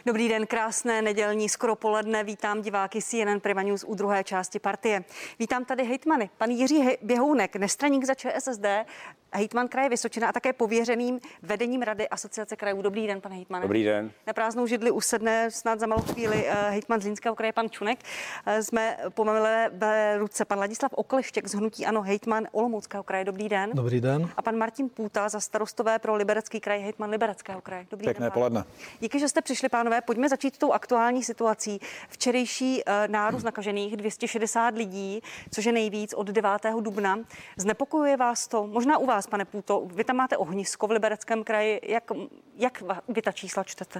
Dobrý den, krásné nedělní skoro poledne. Vítám diváky CNN Prima News u druhé části Partie. Vítám tady hejtmany. Pan Jiří Běhounek, nestraník za ČSSD, hejtman kraje Vysočina a také pověřeným vedením Rady Asociace krajů. Dobrý den, pane hejtmane. Dobrý den. Na prázdnou židli usedne snad za malou chvíli hejtman Zlínského kraje, pan Čunek. Jsme pomalu v ruce pan Ladislav Okleštěk z hnutí ANO, hejtman Olomouckého kraje. Dobrý den. Dobrý den. A pan Martin Půta za Starostové pro Liberecký kraj, hejtman Libereckého kraje. Dobrý Pěkné den. poledne. Díky, že jste přišli, pánové. Pojďme začít tou aktuální situací. Včerejší nárůst nakažených 260 lidí, což je nejvíc od 9. dubna. Znepokojuje vás to? Možná u vás, pane Půto. Vy tam máte ohnisko v Libereckém kraji. Jak vy ta čísla čtete?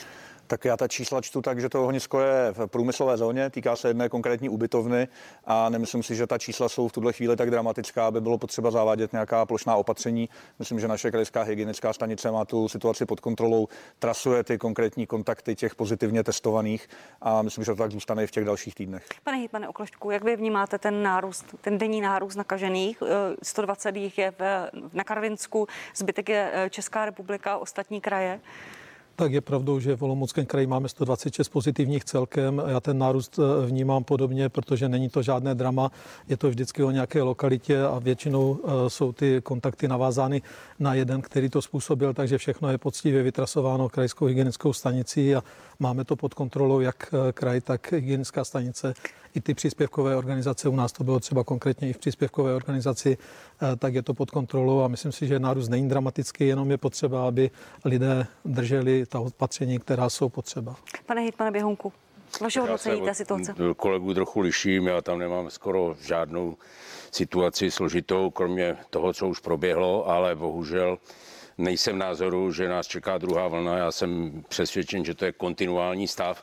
Tak já ta čísla čtu tak, že to ohnisko je v průmyslové zóně, týká se jedné konkrétní ubytovny a nemyslím si, že ta čísla jsou v tuhle chvíli tak dramatická, aby bylo potřeba zavádět nějaká plošná opatření. Myslím, že naše krajská hygienická stanice má tu situaci pod kontrolou, trasuje ty konkrétní kontakty těch pozitivně testovaných a myslím, že to tak zůstane i v těch dalších týdnech. Pane hejtmane Oklešťku, jak vy vnímáte ten nárůst, ten denní nárůst nakažených? 120 jich je na Karvinsku, zbytek je Česká republika, ostatní kraje. Tak je pravdou, že v Olomouckém kraji máme 126 pozitivních celkem. Já ten nárůst vnímám podobně, protože není to žádné drama. Je to vždycky o nějaké lokalitě a většinou jsou ty kontakty navázány na jeden, který to způsobil, takže všechno je poctivě vytrasováno krajskou hygienickou stanicí a máme to pod kontrolou jak kraj, tak hygienická stanice. I ty příspěvkové organizace, u nás to bylo třeba konkrétně i v příspěvkové organizaci, tak je to pod kontrolou a myslím si, že nárůst není dramatický, jenom je potřeba, aby lidé drželi ta opatření, která jsou potřeba. Pane hejtmane Běhounku, vaše hodnocení té situace? Kolegů trochu liším, já tam nemám skoro žádnou situaci složitou, kromě toho, co už proběhlo, ale bohužel nejsem názoru, že nás čeká druhá vlna. Já jsem přesvědčen, že to je kontinuální stav.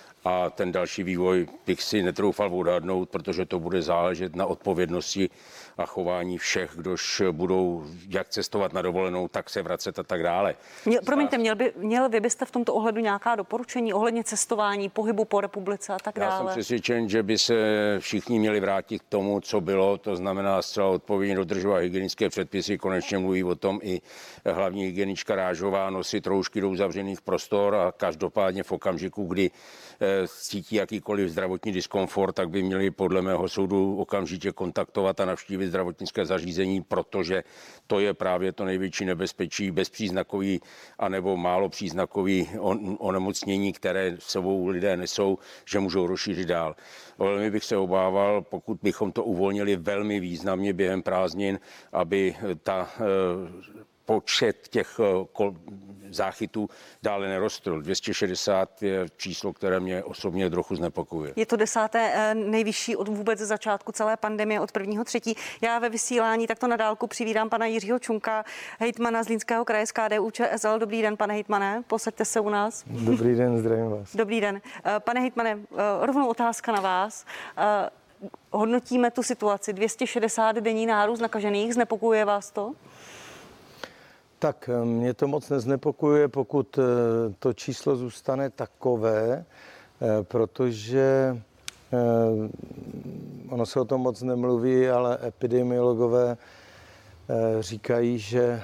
A ten další vývoj bych si netroufal odhadnout, protože to bude záležet na odpovědnosti a chování všech, kdož budou jak cestovat na dovolenou, tak se vracet a tak dále. Promiňte, vy byste v tomto ohledu nějaká doporučení ohledně cestování, pohybu po republice a tak dále? Já jsem přesvědčen, že by se všichni měli vrátit k tomu, co bylo, to znamená zcela odpovědně dodržovat hygienické předpisy. Konečně mluví o tom i hlavní hygienička Rážová, nosit roušky do uzavřených prostor a každopádně v okamžiku, kdy cítí jakýkoliv zdravotní diskomfort, tak by měli podle mého soudu okamžitě kontaktovat a navštívit zdravotnické zařízení, protože to je právě to největší nebezpečí, bezpříznakový anebo málo příznakový onemocnění, které sebou lidé nesou, že můžou rozšířit dál. Velmi bych se obával, pokud bychom to uvolnili velmi významně během prázdnin, aby počet těch záchytů dále nerostl. 260 je číslo, které mě osobně trochu znepokojuje. Je to 10. nejvyšší od vůbec začátku celé pandemie od 1.3. Já ve vysílání takto na dálku přivítám pana Jiřího Čunka, hejtmana Zlínského kraje z KDU-ČSL. Dobrý den, pane hejtmane, posaďte se u nás. Dobrý den, zdravím vás. Dobrý den. Pane hejtmane, rovnou otázka na vás. Hodnotíme tu situaci, 260 denní nárůst nakažených, znepokojuje vás to? Tak mě to moc neznepokojuje, pokud to číslo zůstane takové, protože ono se o tom moc nemluví, ale epidemiologové říkají, že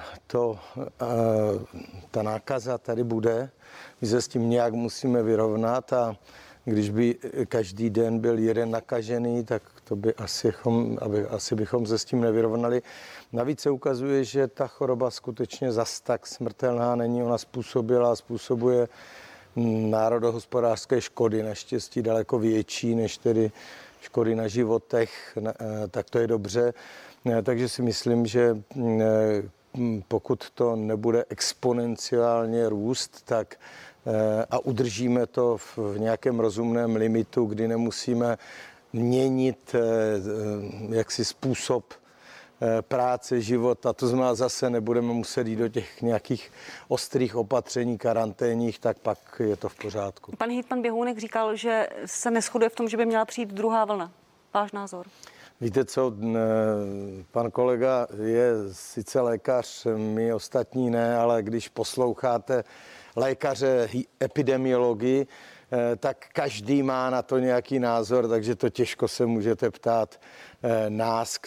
ta nákaza tady bude. My se s tím nějak musíme vyrovnat a když by každý den byl jeden nakažený, tak to by asi bychom se s tím nevyrovnali. Navíc se ukazuje, že ta choroba skutečně zas tak smrtelná není. Ona způsobuje národohospodářské škody, naštěstí daleko větší než tedy škody na životech, tak to je dobře. Takže si myslím, že pokud to nebude exponenciálně růst, tak a udržíme to v nějakém rozumném limitu, kdy nemusíme měnit jaksi způsob práce, života, to znamená zase nebudeme muset jít do těch nějakých ostrých opatření karanténních, tak pak je to v pořádku. Pan hejtman Běhounek říkal, že se neshoduje v tom, že by měla přijít druhá vlna. Váš názor? Víte co, pan kolega je sice lékař, my ostatní ne, ale když posloucháte lékaře epidemiologii, tak každý má na to nějaký názor, takže to těžko se můžete ptát nás,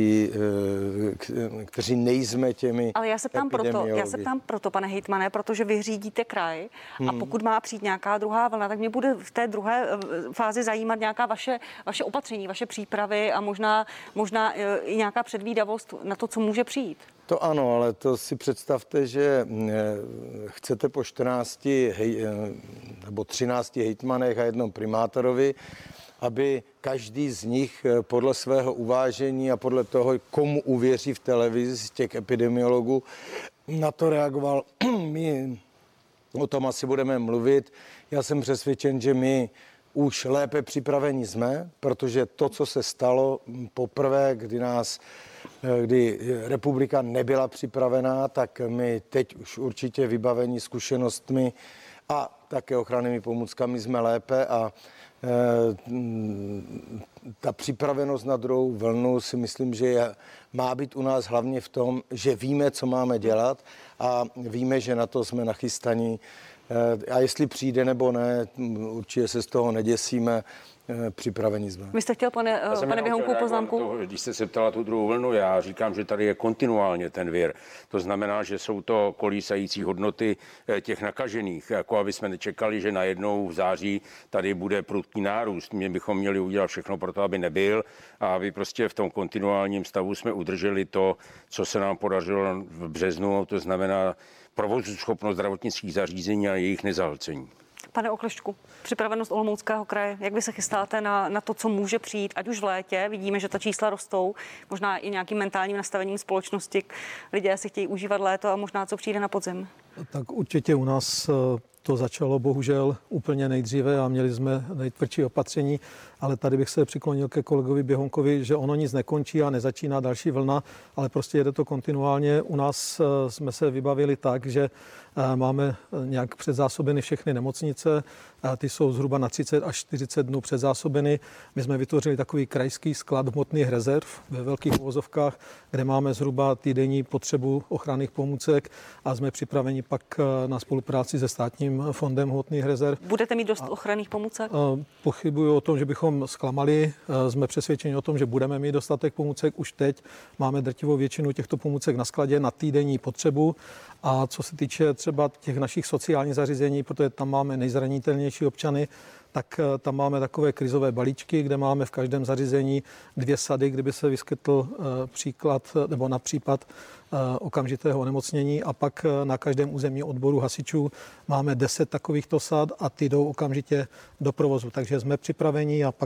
kteří nejsme těmi. Ale já se ptám proto, pane hejtmane, protože vy řídíte kraj a pokud má přijít nějaká druhá vlna, tak mě bude v té druhé fázi zajímat nějaká vaše opatření, vaše přípravy a možná i nějaká předvídavost na to, co může přijít. To ano, ale to si představte, že chcete po 14 nebo 13 hejtmanech a jednom primátorovi, aby každý z nich podle svého uvážení a podle toho, komu uvěří v televizi z těch epidemiologů, na to reagoval. My o tom asi budeme mluvit. Já jsem přesvědčen, že my už lépe připraveni jsme, protože to, co se stalo poprvé, kdy republika nebyla připravená, tak my teď už určitě vybavení zkušenostmi a také ochrannými pomůckami jsme lépe a ta připravenost na druhou vlnu si myslím, že má být u nás hlavně v tom, že víme, co máme dělat a víme, že na to jsme nachystaní. A jestli přijde nebo ne, určitě se z toho neděsíme, připravení jsme. Vy jste chtěl, pane Běhounku, poznámku? Když jste se ptala tu druhou vlnu, já říkám, že tady je kontinuálně ten vir. To znamená, že jsou to kolísající hodnoty těch nakažených, jako aby jsme nečekali, že najednou v září tady bude prudký nárůst. My bychom měli udělat všechno pro to, aby nebyl a aby prostě v tom kontinuálním stavu jsme udrželi to, co se nám podařilo v březnu, to znamená provozuschopnost zdravotnických zařízení a jejich nezahlcení. Pane Oklešťku, připravenost Olomouckého kraje, jak vy se chystáte na to, co může přijít, ať už v létě, vidíme, že ta čísla rostou, možná i nějakým mentálním nastavením společnosti, lidé si chtějí užívat léto a možná co přijde na podzim? Tak určitě u nás to začalo bohužel úplně nejdříve a měli jsme nejtvrdší opatření, ale tady bych se přiklonil ke kolegovi Běhounkovi, že ono nic nekončí a nezačíná další vlna, ale prostě jede to kontinuálně. U nás jsme se vybavili tak, že máme nějak předzásobeny všechny nemocnice, ty jsou zhruba na 30 až 40 dnů předzásobeny. My jsme vytvořili takový krajský sklad hmotných rezerv ve velkých uvozovkách, kde máme zhruba týdenní potřebu ochranných pomůcek a jsme připraveni pak na spolupráci se Státním fondem hmotných rezerv. Budete mít dost ochranných pomůcek? Pochybuju o tom, že bychom zklamali. Jsme přesvědčeni o tom, že budeme mít dostatek pomůcek. Už teď máme drtivou většinu těchto pomůcek na skladě na týdenní potřebu. A co se týče třeba těch našich sociálních zařízení, protože tam máme nejzranitelnější občany, tak tam máme takové krizové balíčky, kde máme v každém zařízení 2 sady, kdyby se vyskytl příklad nebo na případ okamžitého onemocnění a pak na každém územním odboru hasičů máme 10 takovýchto sad a ty jdou okamžitě do provozu. Takže jsme připraveni a pak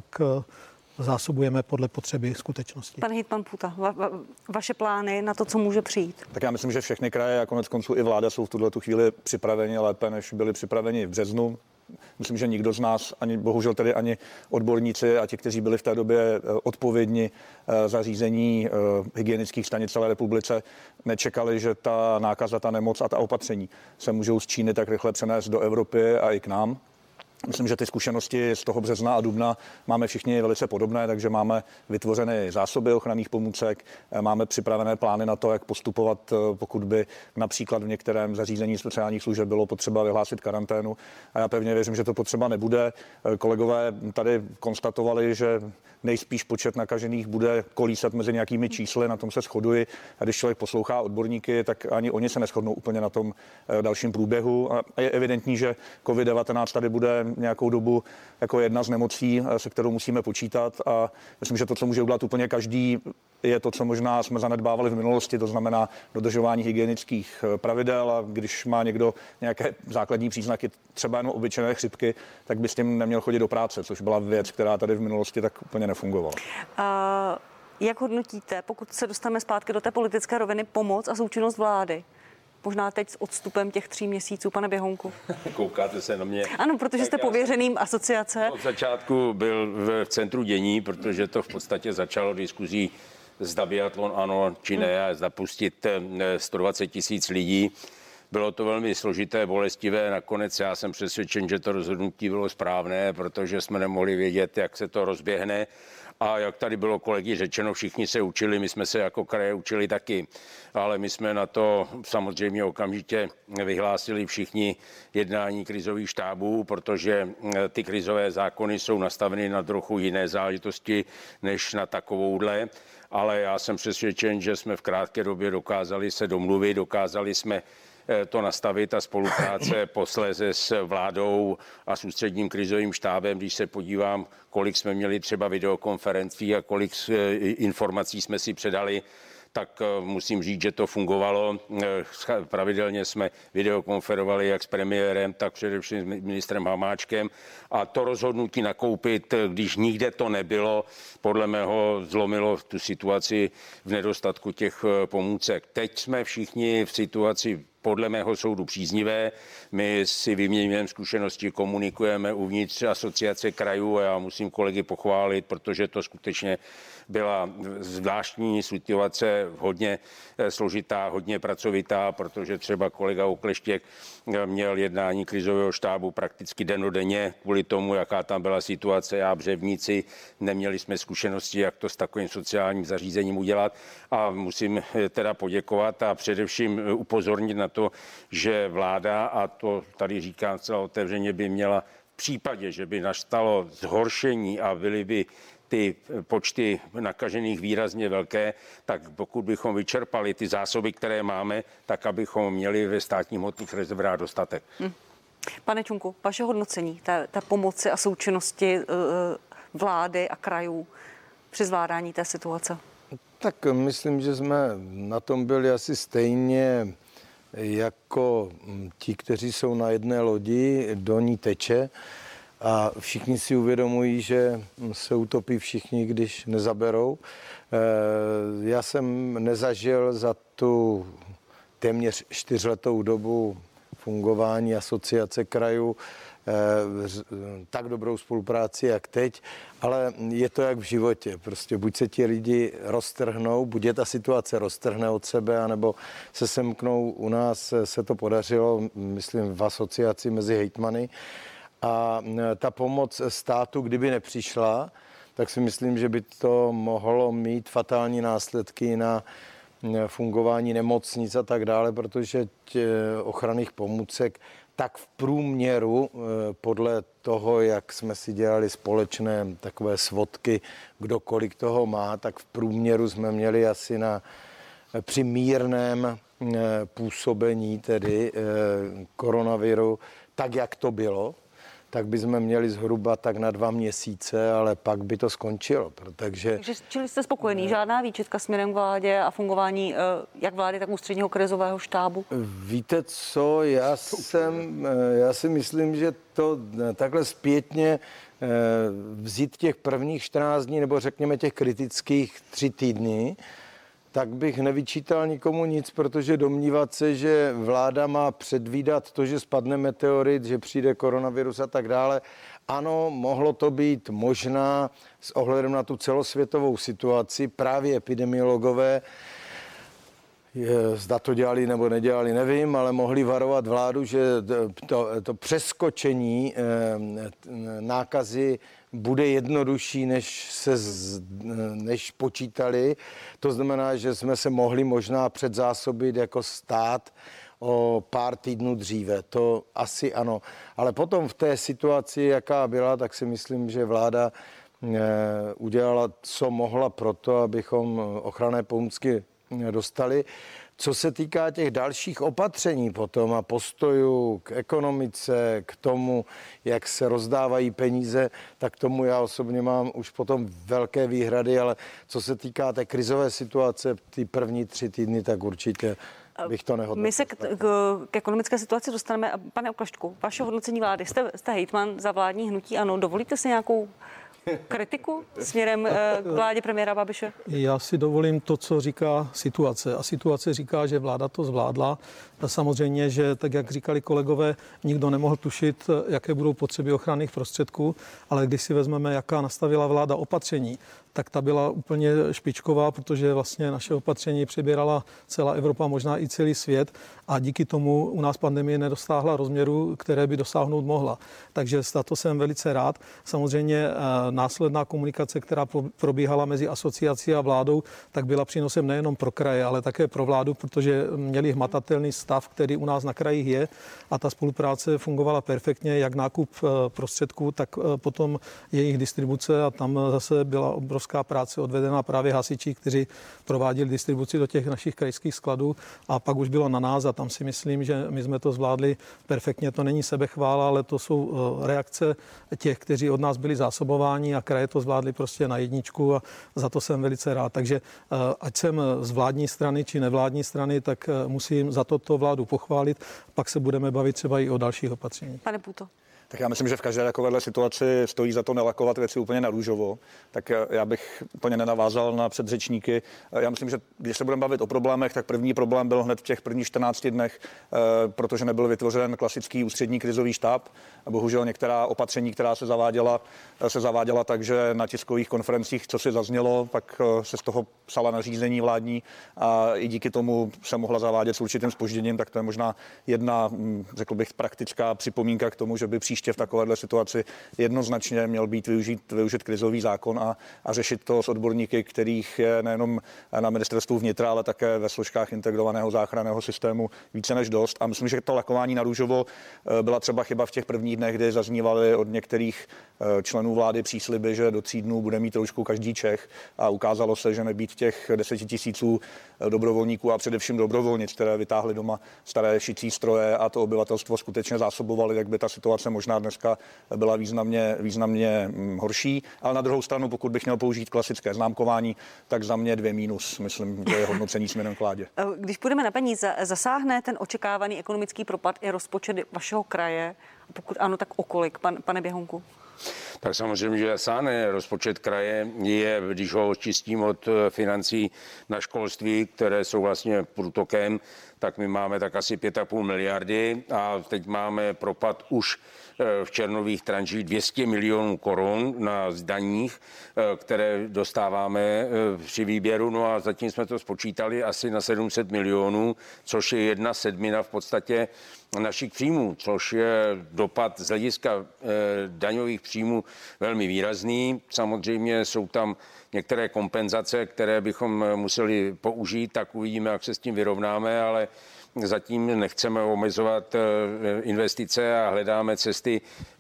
zásobujeme podle potřeby skutečnosti. Pan hejtman Půta, vaše plány na to, co může přijít? Tak já myslím, že všechny kraje a konec konců i vláda jsou v tuto chvíli připraveni lépe, než byli připraveni v březnu. Myslím, že nikdo z nás, bohužel tedy ani odborníci a ti, kteří byli v té době odpovědní za řízení hygienických stanic celé republice, nečekali, že ta nákaza, ta nemoc a ta opatření se můžou z Číny tak rychle přenést do Evropy a i k nám. Myslím, že ty zkušenosti z toho března a dubna máme všichni velice podobné, takže máme vytvořené zásoby ochranných pomůcek, máme připravené plány na to, jak postupovat, pokud by například v některém zařízení sociálních služeb bylo potřeba vyhlásit karanténu. A já pevně věřím, že to potřeba nebude. Kolegové tady konstatovali, že nejspíš počet nakažených bude kolísat mezi nějakými čísly, na tom se shoduji. A když člověk poslouchá odborníky, tak ani oni se neshodnou úplně na tom dalším průběhu. A je evidentní, že COVID-19 tady bude nějakou dobu jako jedna z nemocí, se kterou musíme počítat a myslím, že to, co může udělat úplně každý, je to, co možná jsme zanedbávali v minulosti, to znamená dodržování hygienických pravidel a když má někdo nějaké základní příznaky, třeba jenom obyčejné chřipky, tak by s tím neměl chodit do práce, což byla věc, která tady v minulosti tak úplně nefungovala. Jak hodnotíte, pokud se dostaneme zpátky do té politické roviny, pomoc a součinnost vlády? Možná teď s odstupem těch 3 měsíců, pane Běhounku. Koukáte se na mě. Ano, protože jste pověřeným asociace. Od začátku byl v centru dění, protože to v podstatě začalo diskuzí, zda biatlon ano či ne, a zda pustit 120 000 lidí. Bylo to velmi složité, bolestivé. Nakonec já jsem přesvědčen, že to rozhodnutí bylo správné, protože jsme nemohli vědět, jak se to rozběhne. A jak tady bylo kolegy řečeno, všichni se učili, my jsme se jako kraje učili taky, ale my jsme na to samozřejmě okamžitě vyhlásili všichni jednání krizových štábů, protože ty krizové zákony jsou nastaveny na trochu jiné záležitosti než na takovouhle. Ale já jsem přesvědčen, že jsme v krátké době dokázali se domluvit, dokázali jsme to nastavit a spolupráce posléze s vládou a s ústředním krizovým štábem, když se podívám, kolik jsme měli třeba videokonferencí a kolik informací jsme si předali, tak musím říct, že to fungovalo. Pravidelně jsme videokonferovali jak s premiérem, tak především s ministrem Hamáčkem a to rozhodnutí nakoupit, když nikde to nebylo, podle mého zlomilo tu situaci v nedostatku těch pomůcek. Teď jsme všichni v situaci podle mého soudu příznivé. My si vyměňujeme zkušenosti, komunikujeme uvnitř asociace krajů a já musím kolegy pochválit, protože to skutečně byla zvláštní situace, hodně složitá, hodně pracovitá, protože třeba kolega Okleštěk měl jednání krizového štábu prakticky dennodenně kvůli tomu, jaká tam byla situace. Já Břevníci, neměli jsme zkušenosti, jak to s takovým sociálním zařízením udělat a musím teda poděkovat a především upozornit na to, že vláda, a to tady říkám celá otevřeně, by měla v případě, že by nastalo zhoršení a byly by ty počty nakažených výrazně velké, tak pokud bychom vyčerpali ty zásoby, které máme, tak abychom měli ve státních hmotných rezervách dostatek. Pane Čunku, vaše hodnocení té pomoci a součinnosti vlády a krajů při zvládání té situace? Tak myslím, že jsme na tom byli asi stejně jako ti, kteří jsou na jedné lodi, do ní teče. A všichni si uvědomují, že se utopí všichni, když nezaberou. Já jsem nezažil za tu téměř 4letou dobu fungování asociace krajů tak dobrou spolupráci, jak teď, ale je to jak v životě. Prostě buď se ti lidi roztrhnou, buď je ta situace roztrhne od sebe, anebo se semknou. U nás se to podařilo, myslím, v asociaci mezi hejtmany. A ta pomoc státu, kdyby nepřišla, tak si myslím, že by to mohlo mít fatální následky na fungování nemocnic a tak dále, protože ochranných pomůcek tak v průměru, podle toho, jak jsme si dělali společné takové svodky, kdo kolik toho má, tak v průměru jsme měli asi při mírném působení tedy koronaviru, tak jak to bylo, tak bychom měli zhruba tak na 2 měsíce, ale pak by to skončilo. Takže čili jste spokojený? Žádná výčitka směrem k vládě a fungování jak vlády, tak ústředního krizového štábu? Víte co, já si myslím, že to takhle zpětně vzít těch prvních 14 dní, nebo řekněme těch kritických 3 týdny, tak bych nevyčítal nikomu nic, protože domnívat se, že vláda má předvídat to, že spadne meteorit, že přijde koronavirus a tak dále. Ano, mohlo to být možná s ohledem na tu celosvětovou situaci, právě epidemiologové, zda to dělali nebo nedělali, nevím, ale mohli varovat vládu, že to přeskočení nákazy bude jednodušší, než počítali. To znamená, že jsme se mohli možná předzásobit jako stát o pár týdnů dříve. To asi ano. Ale potom v té situaci, jaká byla, tak si myslím, že vláda udělala, co mohla pro to, abychom ochranné pomůcky dostali. Co se týká těch dalších opatření potom a postojů k ekonomice, k tomu, jak se rozdávají peníze, tak tomu já osobně mám už potom velké výhrady, ale co se týká té krizové situace, ty první 3 týdny, tak určitě bych to nehodnotil. My se k ekonomické situaci dostaneme. Pane Oklešťku, vaše hodnocení vlády, jste hejtman za vládní hnutí, ano, dovolíte si nějakou kritiku směrem k vládě premiéra Babiše? Já si dovolím to, co říká situace. A situace říká, že vláda to zvládla. A samozřejmě, že tak, jak říkali kolegové, nikdo nemohl tušit, jaké budou potřeby ochranných prostředků, ale když si vezmeme, jaká nastavila vláda opatření, tak ta byla úplně špičková, protože vlastně naše opatření přebírala celá Evropa, možná i celý svět a díky tomu u nás pandemie nedostáhla rozměru, které by dosáhnout mohla. Takže za to jsem velice rád. Samozřejmě následná komunikace, která probíhala mezi asociací a vládou, tak byla přínosem nejenom pro kraje, ale také pro vládu, protože měli hmatatelný stav, který u nás na krajích je a ta spolupráce fungovala perfektně, jak nákup prostředků, tak potom jejich distribuce a tam zase byla obrovská práce odvedená právě hasiči, kteří prováděli distribuci do těch našich krajských skladů a pak už bylo na nás a tam si myslím, že my jsme to zvládli perfektně. To není sebechvála, ale to jsou reakce těch, kteří od nás byli zásobováni a kraje to zvládli prostě na jedničku a za to jsem velice rád. Takže ať jsem z vládní strany či nevládní strany, tak musím za toto vládu pochválit. Pak se budeme bavit třeba i o dalších opatřeních. Pane Půto. Tak já myslím, že v každé takovéhle situaci stojí za to nelakovat věci úplně na růžovo. Tak já bych úplně nenavázal na předřečníky. Já myslím, že když se budeme bavit o problémech, tak první problém byl hned v těch prvních 14 dnech, protože nebyl vytvořen klasický ústřední krizový štáb. A bohužel některá opatření, která se zaváděla tak, že na tiskových konferencích, co si zaznělo, pak se z toho psala nařízení vládní a i díky tomu se mohla zavádět s určitým zpožděním, tak to je možná jedna, řekl bych, praktická připomínka k tomu, že by příště v takovéhle situaci jednoznačně měl být využit krizový zákon a řešit to s odborníky, kterých je nejenom na ministerstvu vnitra, ale také ve složkách integrovaného záchranného systému více než dost. A myslím, že to lakování na růžovo byla třeba chyba v těch prvních dnech, kdy zaznívaly od některých členů vlády přísliby, že do 3 dnů bude mít roušku každý Čech a ukázalo se, že nebýt těch 10 000 dobrovolníků a především dobrovolnic, které vytáhly doma staré šicí stroje a to obyvatelstvo skutečně zásobovali, jak by ta situace možná dneska byla významně horší. Ale na druhou stranu, pokud bych měl použít klasické známkování, tak za mě 2-, myslím, že je hodnocení směrem k vládě. Když půjdeme na peníze, zasáhne ten očekávaný ekonomický propad i rozpočet vašeho kraje? Pokud ano, tak o kolik, pane Běhounku? Tak samozřejmě, že sáhne rozpočet kraje je, když ho očistím od financí na školství, které jsou vlastně průtokem, tak my máme tak asi 5,5 miliardy a teď máme propad už v červnových tranžích 200 milionů korun na daních, které dostáváme při výběru. No a zatím jsme to spočítali asi na 700 milionů, což je 1/7 v podstatě našich příjmů, což je dopad z hlediska daňových příjmů velmi výrazný. Samozřejmě jsou tam některé kompenzace, které bychom museli použít, tak uvidíme, jak se s tím vyrovnáme, ale zatím nechceme omezovat investice a hledáme cesty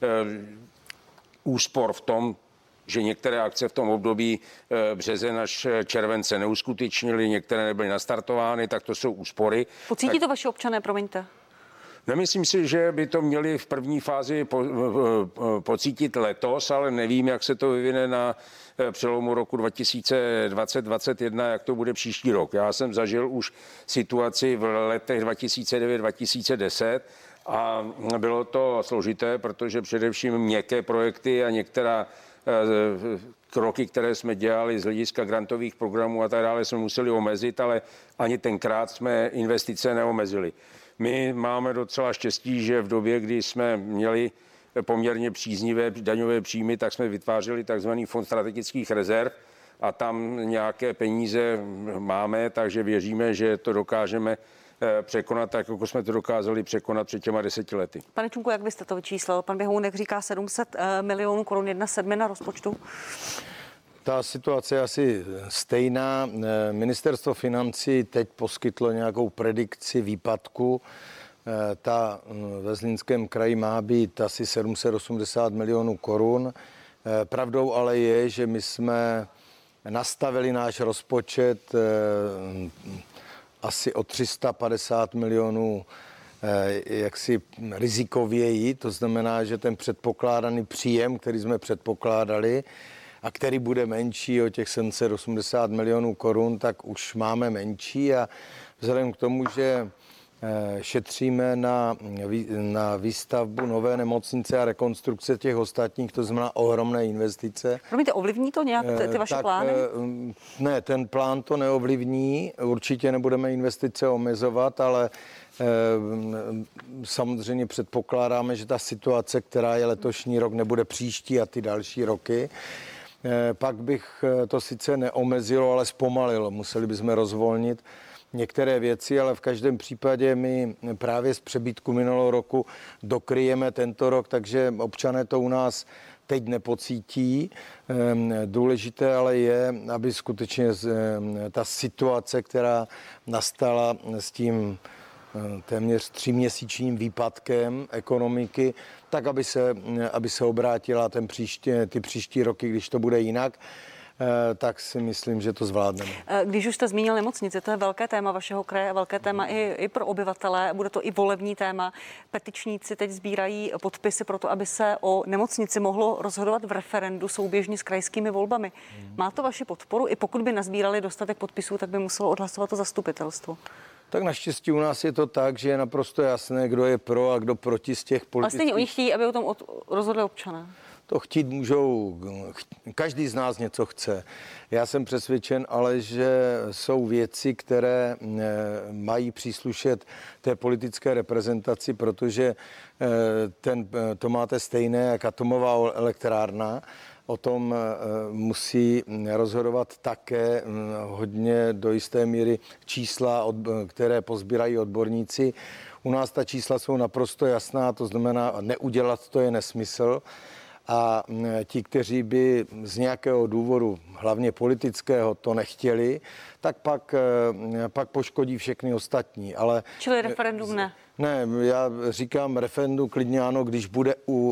úspor v tom, že některé akce v tom období březen až července neuskutečnily, některé nebyly nastartovány, tak to jsou úspory. Pocítí to vaši občané, promiňte? Nemyslím si, že by to měli v první fázi pocítit letos, ale nevím, jak se to vyvine na přelomu roku 2020-2021, jak to bude příští rok. Já jsem zažil už situaci v letech 2009-2010 a bylo to složité, protože především měkké projekty a některá kroky, které jsme dělali z hlediska grantových programů a tak dále, jsme museli omezit, ale ani tenkrát jsme investice neomezili. My máme docela štěstí, že v době, kdy jsme měli poměrně příznivé daňové příjmy, tak jsme vytvářeli takzvaný fond strategických rezerv a tam nějaké peníze máme, takže věříme, že to dokážeme překonat, tak jako jsme to dokázali překonat před těma 10 lety. Pane Čunku, jak byste to vyčíslil? Pan Běhounek říká 700 milionů korun, 1/7 rozpočtu. Ta situace je asi stejná. Ministerstvo financí teď poskytlo nějakou predikci výpadku. Ta ve Zlínském kraji má být asi 780 milionů korun. Pravdou ale je, že my jsme nastavili náš rozpočet asi o 350 milionů jaksi rizikověji. To znamená, že ten předpokládaný příjem, který jsme předpokládali, a který bude menší o těch 780 milionů korun, tak už máme menší a vzhledem k tomu, že šetříme na výstavbu nové nemocnice a rekonstrukce těch ostatních, to znamená ohromné investice. Promiňte, ovlivní to nějak ty vaše plány? Ne, ten plán to neovlivní, určitě nebudeme investice omezovat, ale samozřejmě předpokládáme, že ta situace, která je letošní rok, nebude příští a ty další roky. Pak bych to sice neomezilo, ale zpomalilo. Museli bychom rozvolnit některé věci, ale v každém případě my právě z přebytku minulého roku dokryjeme tento rok, takže občané to u nás teď nepocítí. Důležité ale je, aby skutečně ta situace, která nastala s tím téměř 3měsíčním výpadkem ekonomiky, tak aby se obrátila ty příští roky, když to bude jinak, tak si myslím, že to zvládneme. Když už jste zmínil nemocnice, to je velké téma vašeho kraje a velké téma i pro obyvatele, bude to i volební téma. Petičníci teď sbírají podpisy pro to, aby se o nemocnici mohlo rozhodovat v referendu souběžně s krajskými volbami. Má to vaši podporu? I pokud by nazbírali dostatek podpisů, tak by muselo odhlasovat to zastupitelstvo. Tak naštěstí u nás je to tak, že je naprosto jasné, kdo je pro a kdo proti z těch politických. Ale stejně oni chtějí, aby o tom rozhodli občané. To chtít můžou, každý z nás něco chce. Já jsem přesvědčen, ale že jsou věci, které mají příslušet té politické reprezentaci, protože to máte stejné jak atomová elektrárna. O tom musí rozhodovat také hodně do jisté míry čísla, které pozbírají odborníci. U nás ta čísla jsou naprosto jasná, to znamená, neudělat to je nesmysl. A ti, kteří by z nějakého důvodu, hlavně politického, to nechtěli, tak pak poškodí všechny ostatní. Ale čili referendum ne? Ne, já říkám referendum klidně ano, když bude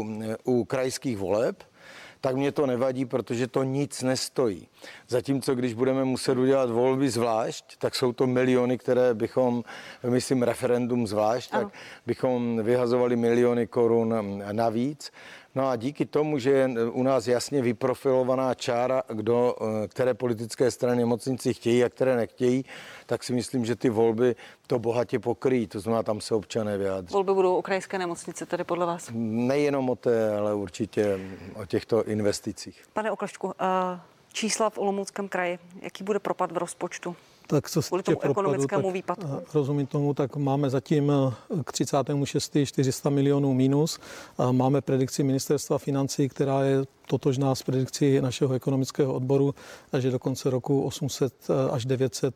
u krajských voleb, tak mě to nevadí, protože to nic nestojí. Zatímco, když budeme muset udělat volby zvlášť, tak jsou to miliony, které bychom, myslím, referendum zvlášť, tak bychom vyhazovali miliony korun navíc. No a díky tomu, že je u nás jasně vyprofilovaná čára, které politické strany nemocnici chtějí a které nechtějí, tak si myslím, že ty volby to bohatě pokryjí. To znamená, tam se občané vyjádří. Volby budou o krajské nemocnici, tedy podle vás? Nejenom o té, ale určitě o těchto investicích. Pane Oklešťku, čísla v Olomouckém kraji, jaký bude propad v rozpočtu? Tak co se týče ekonomickému výpadku. Rozumím tomu, tak máme zatím k 36. 400 milionů mínus. Máme predikci ministerstva financí, která je totožná s predikcí našeho ekonomického odboru, že do konce roku 800 až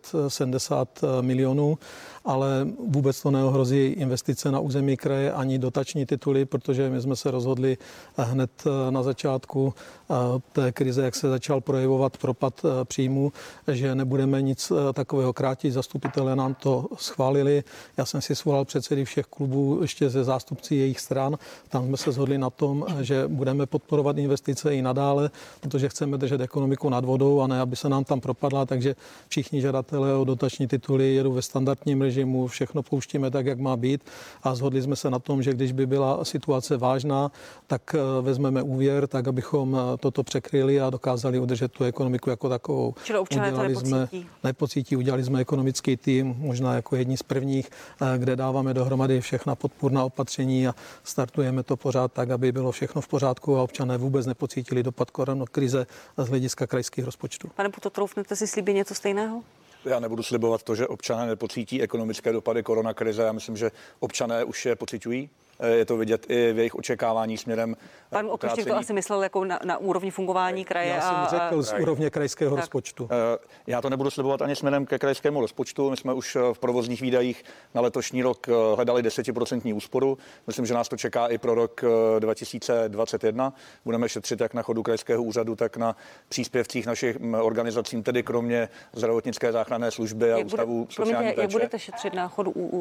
970 milionů, ale vůbec to neohrozí investice na území kraje ani dotační tituly, protože my jsme se rozhodli hned na začátku té krize, jak se začal projevovat propad příjmu, že nebudeme nic takového krátit. Zastupitelé nám to schválili. Já jsem si svolal předsedy všech klubů ještě ze zástupci jejich stran. Tam jsme se shodli na tom, že budeme podporovat investice i nadále, protože chceme držet ekonomiku nad vodou a ne, aby se nám tam propadla, takže všichni žadatelé o dotační tituly jedou ve standardním režimu, všechno pouštíme tak, jak má být a shodli jsme se na tom, že když by byla situace vážná, tak vezmeme úvěr, tak abychom toto překryli a dokázali udržet tu ekonomiku jako takovou. Čili občané to nepocítí. Udělali jsme ekonomický tým, možná jako jedni z prvních, kde dáváme dohromady všechna podpůrná opatření a startujeme to pořád tak, aby bylo všechno v pořádku a občané vůbec nepocítili dopad koronakrize z hlediska krajských rozpočtů. Pane Puto, troufnete si slíbit něco stejného? Já nebudu slibovat to, že občané nepocítí ekonomické dopady koronakrize. Já myslím, že občané už je pociťují. Je to vidět i v jejich očekávání směrem. Pan Okleštěk to asi myslel jako na úrovni fungování kraje. Já jsem řekl z úrovně krajského rozpočtu. Já to nebudu slibovat ani směrem ke krajskému rozpočtu. My jsme už v provozních výdajích na letošní rok hledali 10% úsporu. Myslím, že nás to čeká i pro rok 2021. Budeme šetřit jak na chodu krajského úřadu, tak na příspěvcích našich organizacím, tedy kromě zdravotnické záchranné služby a ústavu sociální péče. Jak budete šetřit na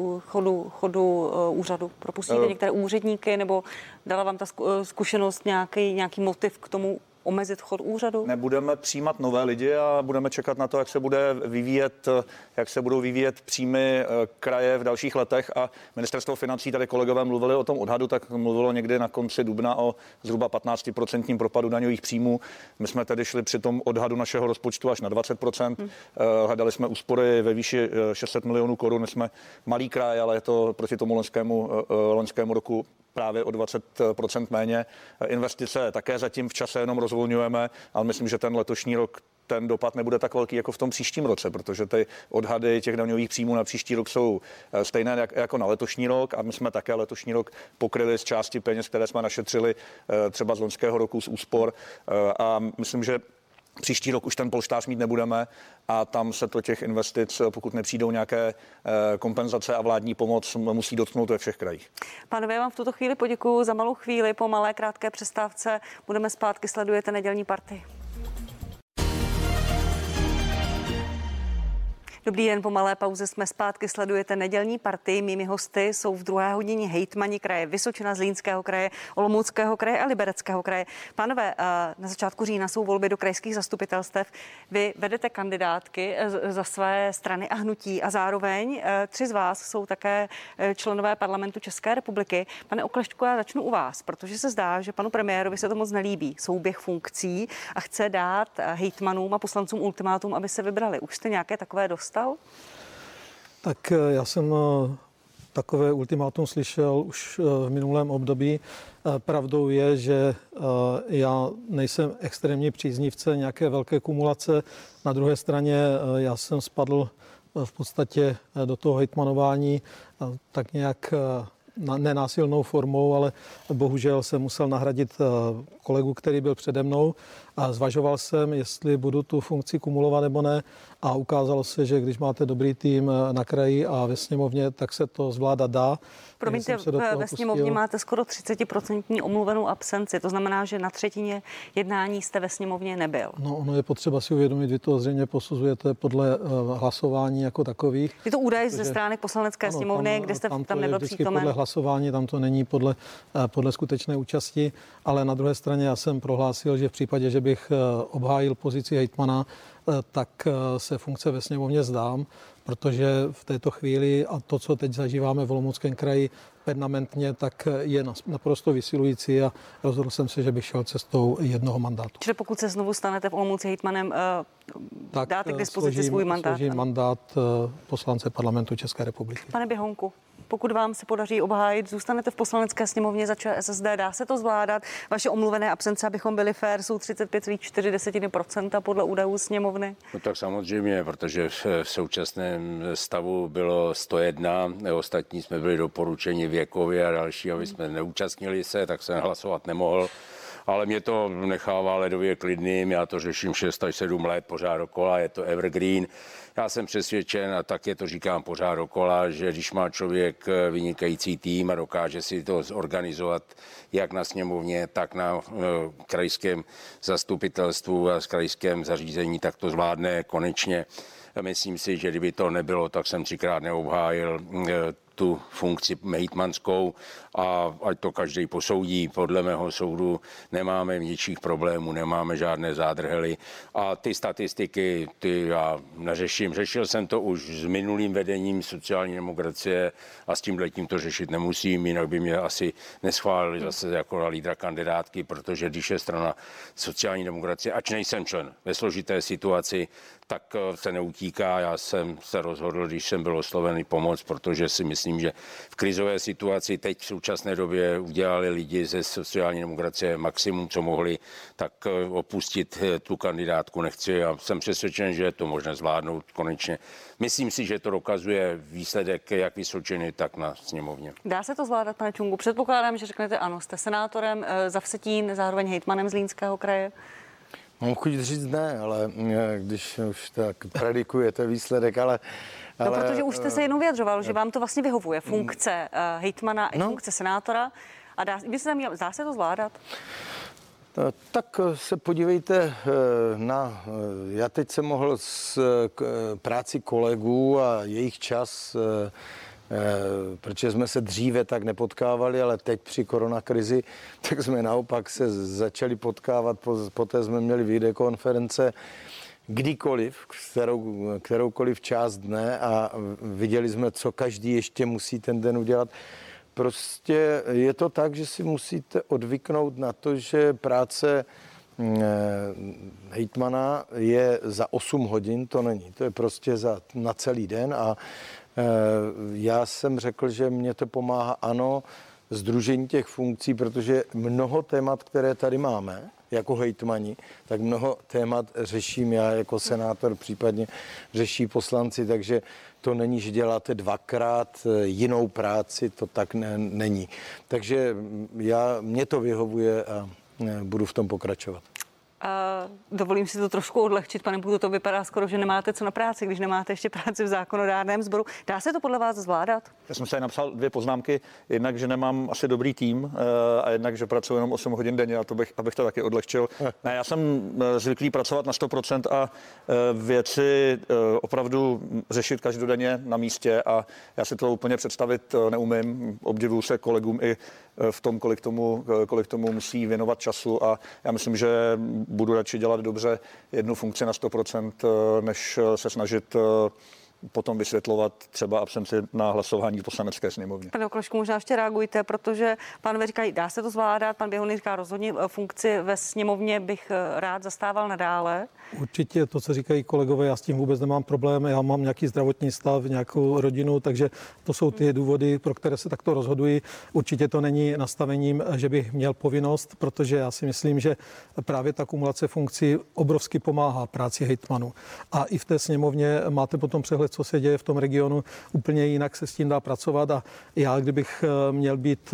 chodu úřadu? Propustíte některé úředníky, nebo dala vám ta zkušenost nějaký motiv k tomu omezit chod úřadu? Nebudeme přijímat nové lidi a budeme čekat na to, jak se budou vyvíjet příjmy kraje v dalších letech a ministerstvo financí, tady kolegové mluvili o tom odhadu, tak mluvilo někdy na konci dubna o zhruba 15% propadu daňových příjmů. My jsme tedy šli při tom odhadu našeho rozpočtu až na 20%. Hledali jsme úspory ve výši 600 milionů korun. My jsme malý kraj, ale je to proti tomu loňskému roku právě o 20% méně. Investice také zatím v čase jenom rozvolňujeme, ale myslím, že ten letošní rok ten dopad nebude tak velký jako v tom příštím roce, protože ty odhady těch daňových příjmů na příští rok jsou stejné jako na letošní rok a my jsme také letošní rok pokryli z části peněz, které jsme našetřili třeba z loňského roku z úspor a myslím, že Příští rok už ten polštář mít nebudeme a tam se to těch investic, pokud nepřijdou nějaké kompenzace a vládní pomoc, musí dotknout ve všech krajích. Pánové, já vám v tuto chvíli poděkuju za malou chvíli. Po malé krátké přestávce budeme zpátky, sledujete nedělní Partii. Dobrý den, po malé pauze jsme zpátky, sledujete nedělní Partii. Mými hosty jsou v druhé hodině hejtmani kraje Vysočina, Zlínského kraje, Olomouckého kraje a Libereckého kraje. Pánové, na začátku října jsou volby do krajských zastupitelstev. Vy vedete kandidátky za své strany a hnutí a zároveň 3 z vás jsou také členové parlamentu České republiky. Pane Oklešťku, já začnu u vás, protože se zdá, že panu premiérovi se to moc nelíbí. Souběh funkcí a chce dát hejtmanům a poslancům ultimátum, aby se vybrali. Už jste nějaké takové dostal? Tak já jsem takové ultimátum slyšel už v minulém období. Pravdou je, že já nejsem extrémní příznivce nějaké velké kumulace. Na druhé straně já jsem spadl v podstatě do toho hejtmanování tak nějak nenásilnou formou, ale bohužel jsem musel nahradit kolegu, který byl přede mnou a zvažoval jsem, jestli budu tu funkci kumulovat nebo ne a ukázalo se, že když máte dobrý tým na kraji a ve sněmovně, tak se to zvládat dá. Promiňte, ve sněmovně máte skoro 30% omluvenou absenci, to znamená, že na třetině jednání jste ve sněmovně nebyl. No, ono je potřeba si uvědomit, vy to zřejmě posuzujete podle hlasování jako takových. Je to údaj ze stránek poslanecké sněmovny, kde jste tam nebyl přítomen. Podle hlasování, tam to není podle skutečné účasti, ale na druhé straně já jsem prohlásil, že v případě, že bych obhájil pozici hejtmana, tak se funkce ve sněmovně zdám, protože v této chvíli a to, co teď zažíváme v Olomouckém kraji permanentně, tak je naprosto vysilující a rozhodl jsem se, že bych šel cestou jednoho mandátu. Čili pokud se znovu stanete v Olomouci hejtmanem, dáte k dispozici svůj mandát? Složím mandát poslance parlamentu České republiky. Pane Běhounku, pokud vám se podaří obhájit, zůstanete v poslanecké sněmovně za ČSSD, dá se to zvládat? Vaše omluvené absence, abychom byli fair, jsou 35,4% podle údajů sněmovny. No tak samozřejmě, protože v současném stavu bylo 101, ostatní jsme byli doporučeni věkově a další, aby jsme neúčastnili se, tak jsem hlasovat nemohl. Ale mě to nechává ledově klidným, já to řeším 6 až 7 let pořád dokola, je to evergreen. Já jsem přesvědčen a taky to říkám pořád dokola, že když má člověk vynikající tým a dokáže si to zorganizovat jak na sněmovně, tak na krajském zastupitelstvu a krajském zařízení, tak to zvládne konečně. Myslím si, že kdyby to nebylo, tak jsem 3krát neobhájil tu funkci hejtmanskou a ať to každý posoudí. Podle mého soudu nemáme ničích problémů, nemáme žádné zádrhely a ty statistiky, ty já neřeším. Řešil jsem to už s minulým vedením sociální demokracie a s tímhletím to řešit nemusím, jinak by mě asi neschválili zase jako na lídra kandidátky, protože když je strana sociální demokracie, ač nejsem člen ve složité situaci, tak se neutíká. Já jsem se rozhodl, když jsem byl oslovený pomoc, protože si myslím, že v krizové situaci teď v současné době udělali lidi ze sociální demokracie maximum, co mohli, tak opustit tu kandidátku nechci a jsem přesvědčen, že je to možné zvládnout konečně. Myslím si, že to dokazuje výsledek jak Vysočiny, tak na sněmovně. Dá se to zvládat, pane Čungu? Předpokládám, že řeknete ano, jste senátorem za Vsetín, zároveň hejtmanem Zlínského kraje. Mám chuť říct ne, ale když už tak predikujete výsledek, ale... No, protože už jste se jednou vyjadřoval, že vám to vlastně vyhovuje, funkce hejtmana i funkce senátora. A dá se to zvládat? Tak se podívejte na... Já teď jsem mohl s práci kolegů a jejich čas... protože jsme se dříve tak nepotkávali, ale teď při koronakrizi, tak jsme naopak se začali potkávat, poté jsme měli videokonference kdykoliv, kteroukoliv část dne a viděli jsme, co každý ještě musí ten den udělat. Prostě je to tak, že si musíte odvyknout na to, že práce hejtmana je za 8 hodin, to není, to je prostě na celý den a já jsem řekl, že mě to pomáhá, ano, sdružení těch funkcí, protože mnoho témat, které tady máme, jako hejtmani, tak mnoho témat řeším já jako senátor, případně řeší poslanci, takže to není, že děláte 2krát jinou práci, to tak není. Takže mě to vyhovuje a budu v tom pokračovat. Dovolím si to trošku odlehčit, pane Půto, to vypadá skoro, že nemáte co na práci, když nemáte ještě práci v zákonodárném sboru. Dá se to podle vás zvládat? Já jsem se napsal 2 poznámky. Jednak, že nemám asi dobrý tým a jednak, že pracuji jenom 8 hodin denně a abych to taky odlehčil. Ne, já jsem zvyklý pracovat na 100% a věci opravdu řešit každodenně na místě a já si to úplně představit neumím. Obdivuju se kolegům i v tom, kolik tomu musí věnovat času a já myslím, že budu radši dělat dobře jednu funkci na 100%, než se snažit potom vysvětlovat třeba absenci na hlasování v Poslanecké sněmovně. Pane Oklešťku, možná ještě reagujte, protože pánové říkají, dá se to zvládat, pan Běhounek říká, rozhodně funkci ve sněmovně bych rád zastával nadále. Určitě to, co říkají kolegové, já s tím vůbec nemám problém, já mám nějaký zdravotní stav, nějakou rodinu, takže to jsou ty důvody, pro které se takto rozhoduji. Určitě to není nastavením, že bych měl povinnost, protože já si myslím, že právě ta kumulace funkcí obrovsky pomáhá práci hejtmanů. A i v té sněmovně máte potom přehled, co se děje v tom regionu, úplně jinak se s tím dá pracovat a já, kdybych měl být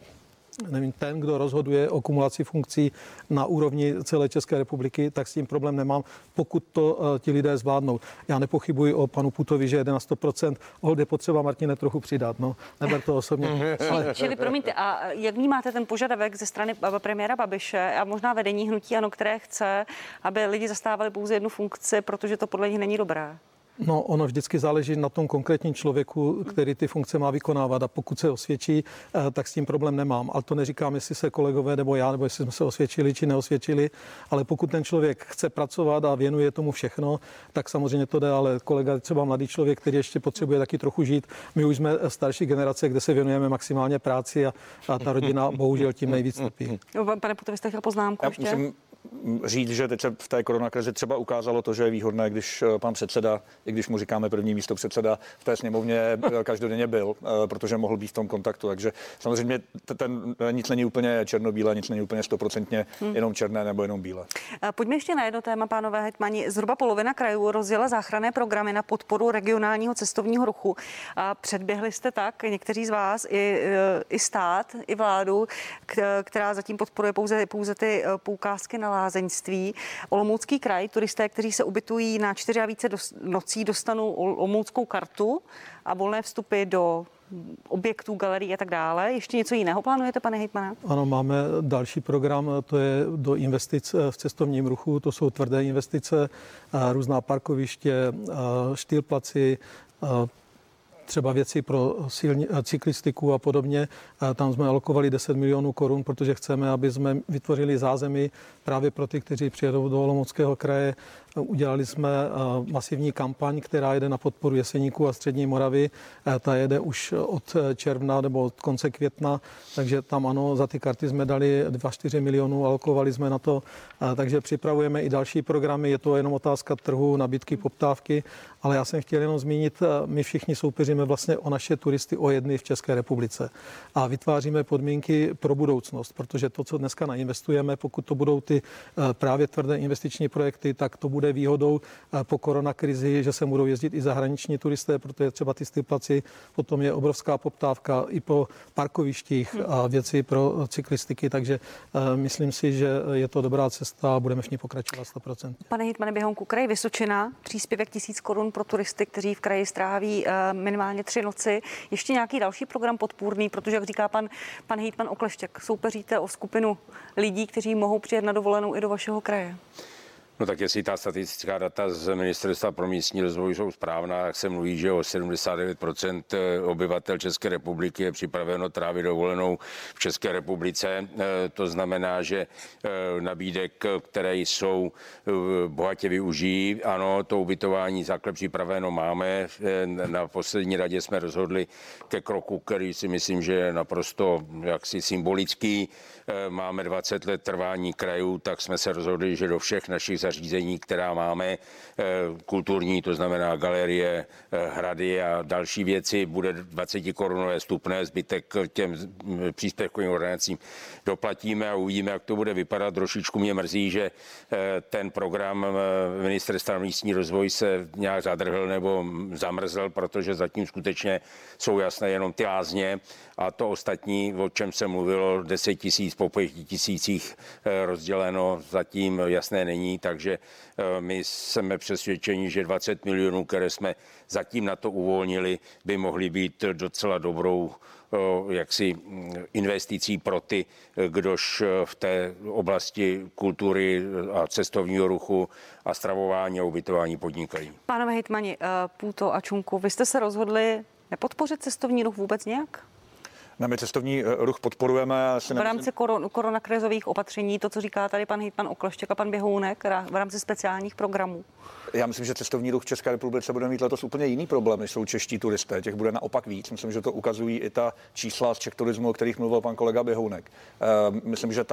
ten, kdo rozhoduje o kumulaci funkcí na úrovni celé České republiky, tak s tím problém nemám, pokud to ti lidé zvládnou. Já nepochybuji o panu Půtovi, že jede na 100%, je potřeba, Martine, trochu přidat, neber to osobně. Čili promiňte, a jak vnímáte ten požadavek ze strany premiéra Babiše a možná vedení hnutí ANO, které chce, aby lidi zastávali pouze jednu funkci, protože to podle nich není dobré? No, ono vždycky záleží na tom konkrétním člověku, který ty funkce má vykonávat a pokud se osvědčí, tak s tím problém nemám. Ale to neříkám, jestli se kolegové nebo já, nebo jestli jsme se osvědčili či neosvědčili, ale pokud ten člověk chce pracovat a věnuje tomu všechno, tak samozřejmě to jde, ale kolega třeba mladý člověk, který ještě potřebuje taky trochu žít. My už jsme starší generace, kde se věnujeme maximálně práci a ta rodina bohužel tím nejvíc trpí. Pane Půto, vy jste chtěl poznámku ještě? Musím říct, že teď se v té koronakrizi třeba ukázalo to, že je výhodné, když pan předseda, i když mu říkáme první místopředseda, v té sněmovně každodenně byl, protože mohl být v tom kontaktu. Takže samozřejmě nic není úplně černobílé, nic není úplně 100% jenom černé nebo jenom bílé. Pojďme ještě na jedno téma, pánové hejtmani. Zhruba polovina krajů rozjela záchranné programy na podporu regionálního cestovního ruchu. A předběhli jste tak, někteří z vás, i stát, i vládu, která zatím podporuje pouze ty poukázky na lázeňství. Olomoucký kraj, turisté, kteří se ubytují na 4 a více nocí, dostanou olomouckou kartu a volné vstupy do objektů, galerií a tak dále. Ještě něco jiného plánujete, pane hejtmane? Ano, máme další program, to je do investic v cestovním ruchu, to jsou tvrdé investice, různá parkoviště, štýlplaci, třeba věci pro cyklistiku a podobně. Tam jsme alokovali 10 milionů korun, protože chceme, aby jsme vytvořili zázemí právě pro ty, kteří přijedou do Olomouckého kraje. Udělali jsme masivní kampaň, která jede na podporu Jeseníků a Střední Moravy. Ta jede už od června nebo od konce května, takže tam ano, za ty karty jsme dali 2,4 milionů, alokovali jsme na to, takže připravujeme i další programy. Je to jenom otázka trhu, nabídky, poptávky, ale já jsem chtěl jenom zmínit, my všichni soupeříme vlastně o naše turisty o jedny v České republice a vytváříme podmínky pro budoucnost, protože to, co dneska nainvestujeme, pokud to budou ty právě tvrdé investiční projekty, tak to bude výhodou po koronakrizi, že se budou jezdit i zahraniční turisté, protože třeba ty styplaci, potom je obrovská poptávka i po parkovištích a věci pro cyklistiky, takže myslím si, že je to dobrá cesta a budeme v ní pokračovat 100%. Pane hejtmane Běhounku, kraj Vysočina, příspěvek 1000 korun pro turisty, kteří v kraji stráví minimálně 3 noci. Ještě nějaký další program podpůrný, protože jak říká pan hejtman Okleštěk, soupeříte o skupinu lidí, kteří mohou přijet na dovolenou i do vašeho kraje. No tak jestli ta statistická data z Ministerstva pro místní rozvoj jsou správná, tak se mluví, že o 79% obyvatel České republiky je připraveno trávit dovolenou v České republice. To znamená, že nabídek, které jsou bohatě využijí. Ano, to ubytování základ připraveno máme. Na poslední radě jsme rozhodli ke kroku, který si myslím, že je naprosto jaksi symbolický. Máme 20 let trvání krajů, tak jsme se rozhodli, že do všech našich zařízení, která máme, kulturní, to znamená galerie, hrady a další věci, bude 20 korunové vstupné, zbytek těm příspěvkovým organizacím doplatíme a uvidíme, jak to bude vypadat. Trošičku mě mrzí, že ten program Ministerstva na místní rozvoj se nějak zadrhl nebo zamrzl, protože zatím skutečně jsou jasné jenom ty lázně a to ostatní, o čem se mluvilo, 10 000 po 5 000 rozděleno, zatím jasné není, takže my jsme přesvědčeni, že 20 milionů, které jsme zatím na to uvolnili, by mohly být docela dobrou jaksi investicí pro ty, kdož v té oblasti kultury a cestovního ruchu a stravování a ubytování podnikají. Pánové hejtmani, Půto a Čunku, vy jste se rozhodli nepodpořit cestovní ruch vůbec nějak? My cestovní ruch podporujeme. V rámci koronakrizových opatření, to, co říká tady pan hejtman Okleštěk a pan Běhounek, v rámci speciálních programů. Já myslím, že cestovní ruch v České republice bude mít letos úplně jiný problém, než jsou čeští turisté. Těch bude naopak víc. Myslím, že to ukazují i ta čísla z Czech Turismu, o kterých mluvil pan kolega Běhounek. Myslím, že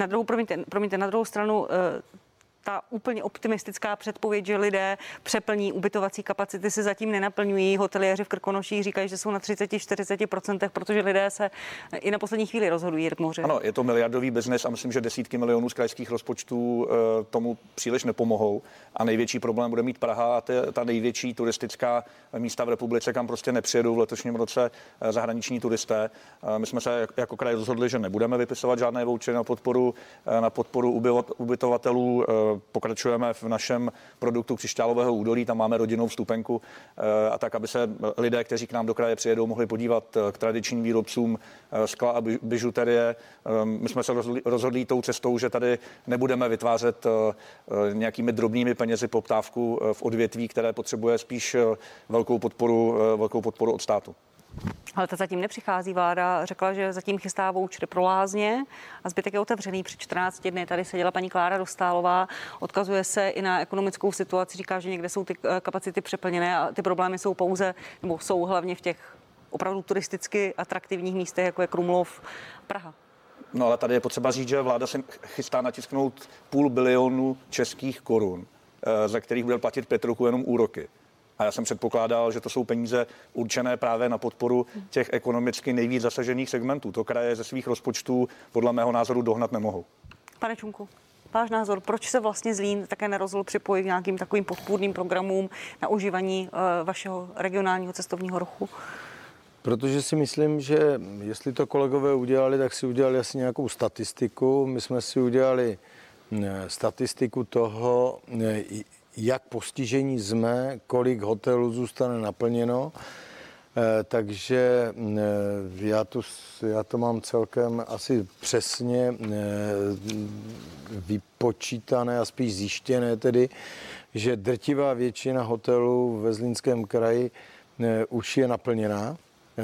na druhou stranu, ta úplně optimistická předpověď, že lidé přeplní ubytovací kapacity, se zatím nenaplňují. Hoteliéři v Krkonoších říkají, že jsou na 30-40%, protože lidé se i na poslední chvíli rozhodují jít k moři. Ano, je to miliardový biznes a myslím, že desítky milionů z krajských rozpočtů tomu příliš nepomohou. A největší problém bude mít Praha a ta největší turistická místa v republice, kam prostě nepřijedou v letošním roce zahraniční turisté. My jsme se jako kraj rozhodli, že nebudeme vypisovat žádné vouchery na podporu ubytovatelů. Pokračujeme v našem produktu Křišťálového údolí, tam máme rodinnou vstupenku a tak, aby se lidé, kteří k nám do kraje přijedou, mohli podívat k tradičním výrobcům skla a bižuterie. My jsme se rozhodli tou cestou, že tady nebudeme vytvářet nějakými drobnými penězi poptávku v odvětví, které potřebuje spíš velkou podporu od státu. Ale to zatím nepřichází. Vláda řekla, že zatím chystá vouchery pro lázně a zbytek je otevřený. Před 14 dny tady seděla paní Klára Dostálová, odkazuje se i na ekonomickou situaci, říká, že někde jsou ty kapacity přeplněné a ty problémy jsou jsou hlavně v těch opravdu turisticky atraktivních místech, jako je Krumlov, Praha. No ale tady je potřeba říct, že vláda se chystá natisknout 500 milionu českých korun, za kterých bude platit Petrochu jenom úroky. A já jsem předpokládal, že to jsou peníze určené právě na podporu těch ekonomicky nejvíc zasažených segmentů. To kraje ze svých rozpočtů podle mého názoru dohnat nemohou. Pane Čunku, váš názor, proč se vlastně Zlín také nerozhodl připojit k nějakým takovým podpůrným programům na užívání vašeho regionálního cestovního ruchu? Protože si myslím, že jestli to kolegové udělali, tak si udělali asi nějakou statistiku. My jsme si udělali statistiku toho, jak postižení jsme, kolik hotelů zůstane naplněno. Takže já to mám celkem asi přesně vypočítané a spíš zjištěné tedy, že drtivá většina hotelů ve Zlínském kraji už je naplněná.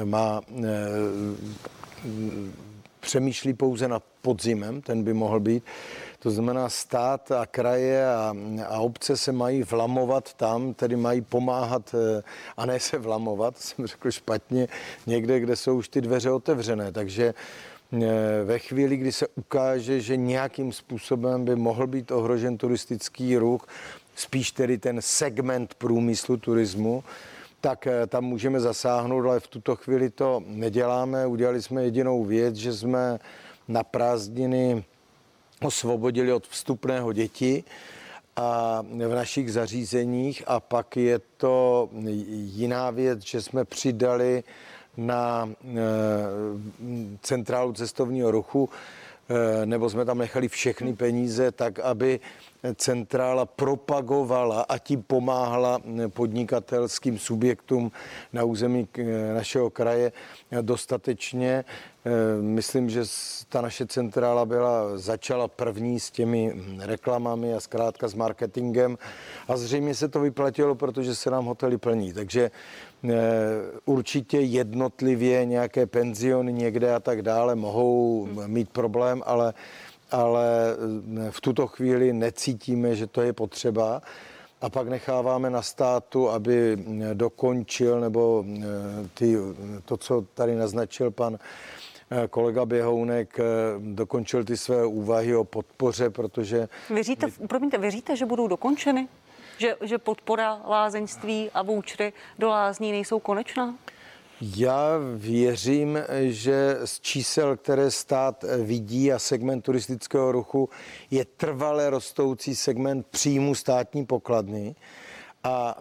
Přemýšlí pouze nad podzimem, ten by mohl být. To znamená, stát a kraje a obce se mají vlamovat tam, tedy mají pomáhat a ne se vlamovat, jsem řekl špatně, někde, kde jsou už ty dveře otevřené. Takže ve chvíli, kdy se ukáže, že nějakým způsobem by mohl být ohrožen turistický ruch, spíš tedy ten segment průmyslu turismu, tak tam můžeme zasáhnout, ale v tuto chvíli to neděláme. Udělali jsme jedinou věc, že jsme na prázdniny osvobodili od vstupného děti a v našich zařízeních a pak je to jiná věc, že jsme přidali na centrálu cestovního ruchu, nebo jsme tam nechali všechny peníze tak, aby centrála propagovala a tím pomáhala podnikatelským subjektům na území našeho kraje dostatečně. Myslím, že ta naše centrála začala první s těmi reklamami a zkrátka s marketingem a zřejmě se to vyplatilo, protože se nám hotely plní. Takže určitě jednotlivě nějaké penziony někde a tak dále mohou mít problém, ale v tuto chvíli necítíme, že to je potřeba. A pak necháváme na státu, aby dokončil, nebo to, co tady naznačil pan kolega Běhounek dokončil ty své úvahy o podpoře, protože... Věříte, že budou dokončeny? Že podpora lázeňství a vouchery do lázní nejsou konečná? Já věřím, že z čísel, které stát vidí a segment turistického ruchu je trvale rostoucí segment příjmu státní pokladny a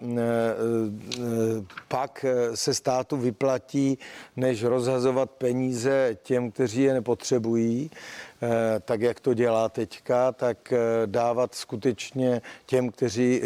pak se státu vyplatí, než rozhazovat peníze těm, kteří je nepotřebují, tak jak to dělá teďka, tak dávat skutečně těm, kteří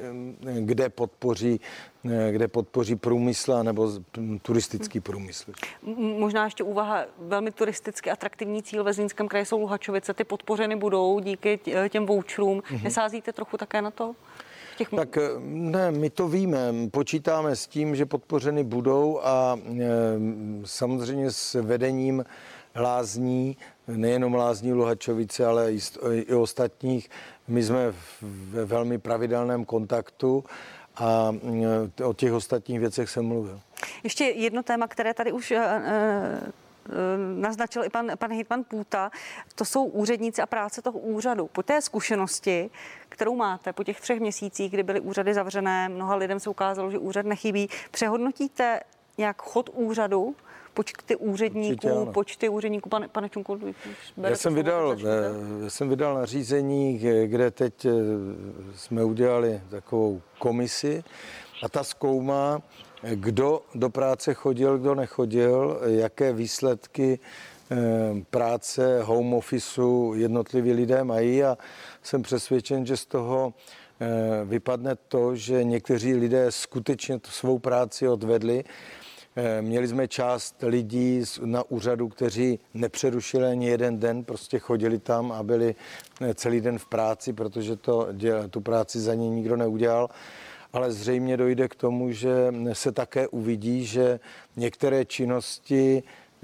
kde podpoří průmysl nebo turistický průmysl. Možná ještě úvaha, velmi turisticky atraktivní cíl ve Zlínském kraji jsou Luhačovice, ty podpořeny budou díky těm voucherům. Nesázíte trochu také na to? Tak ne, my to víme, počítáme s tím, že podpořeny budou a samozřejmě s vedením lázní, nejenom lázní Luhačovice, ale i ostatních. My jsme ve velmi pravidelném kontaktu a o těch ostatních věcech jsem mluvil. Ještě jedno téma, které tady už naznačil i pan hejtman Půta, to jsou úředníci a práce toho úřadu. Po té zkušenosti, kterou máte po těch 3 měsících, kdy byly úřady zavřené, mnoha lidem se ukázalo, že úřad nechybí, přehodnotíte nějak chod úřadu, počty úředníků, pane Čunko? Já jsem vydal nařízení, kde teď jsme udělali takovou komisi a ta zkoumá, kdo do práce chodil, kdo nechodil, jaké výsledky práce home officeu jednotliví lidé mají a jsem přesvědčen, že z toho vypadne to, že někteří lidé skutečně tu svou práci odvedli. Měli jsme část lidí na úřadu, kteří nepřerušili ani jeden den, prostě chodili tam a byli celý den v práci, protože tu práci za ně nikdo neudělal. Ale zřejmě dojde k tomu, že se také uvidí, že některé činnosti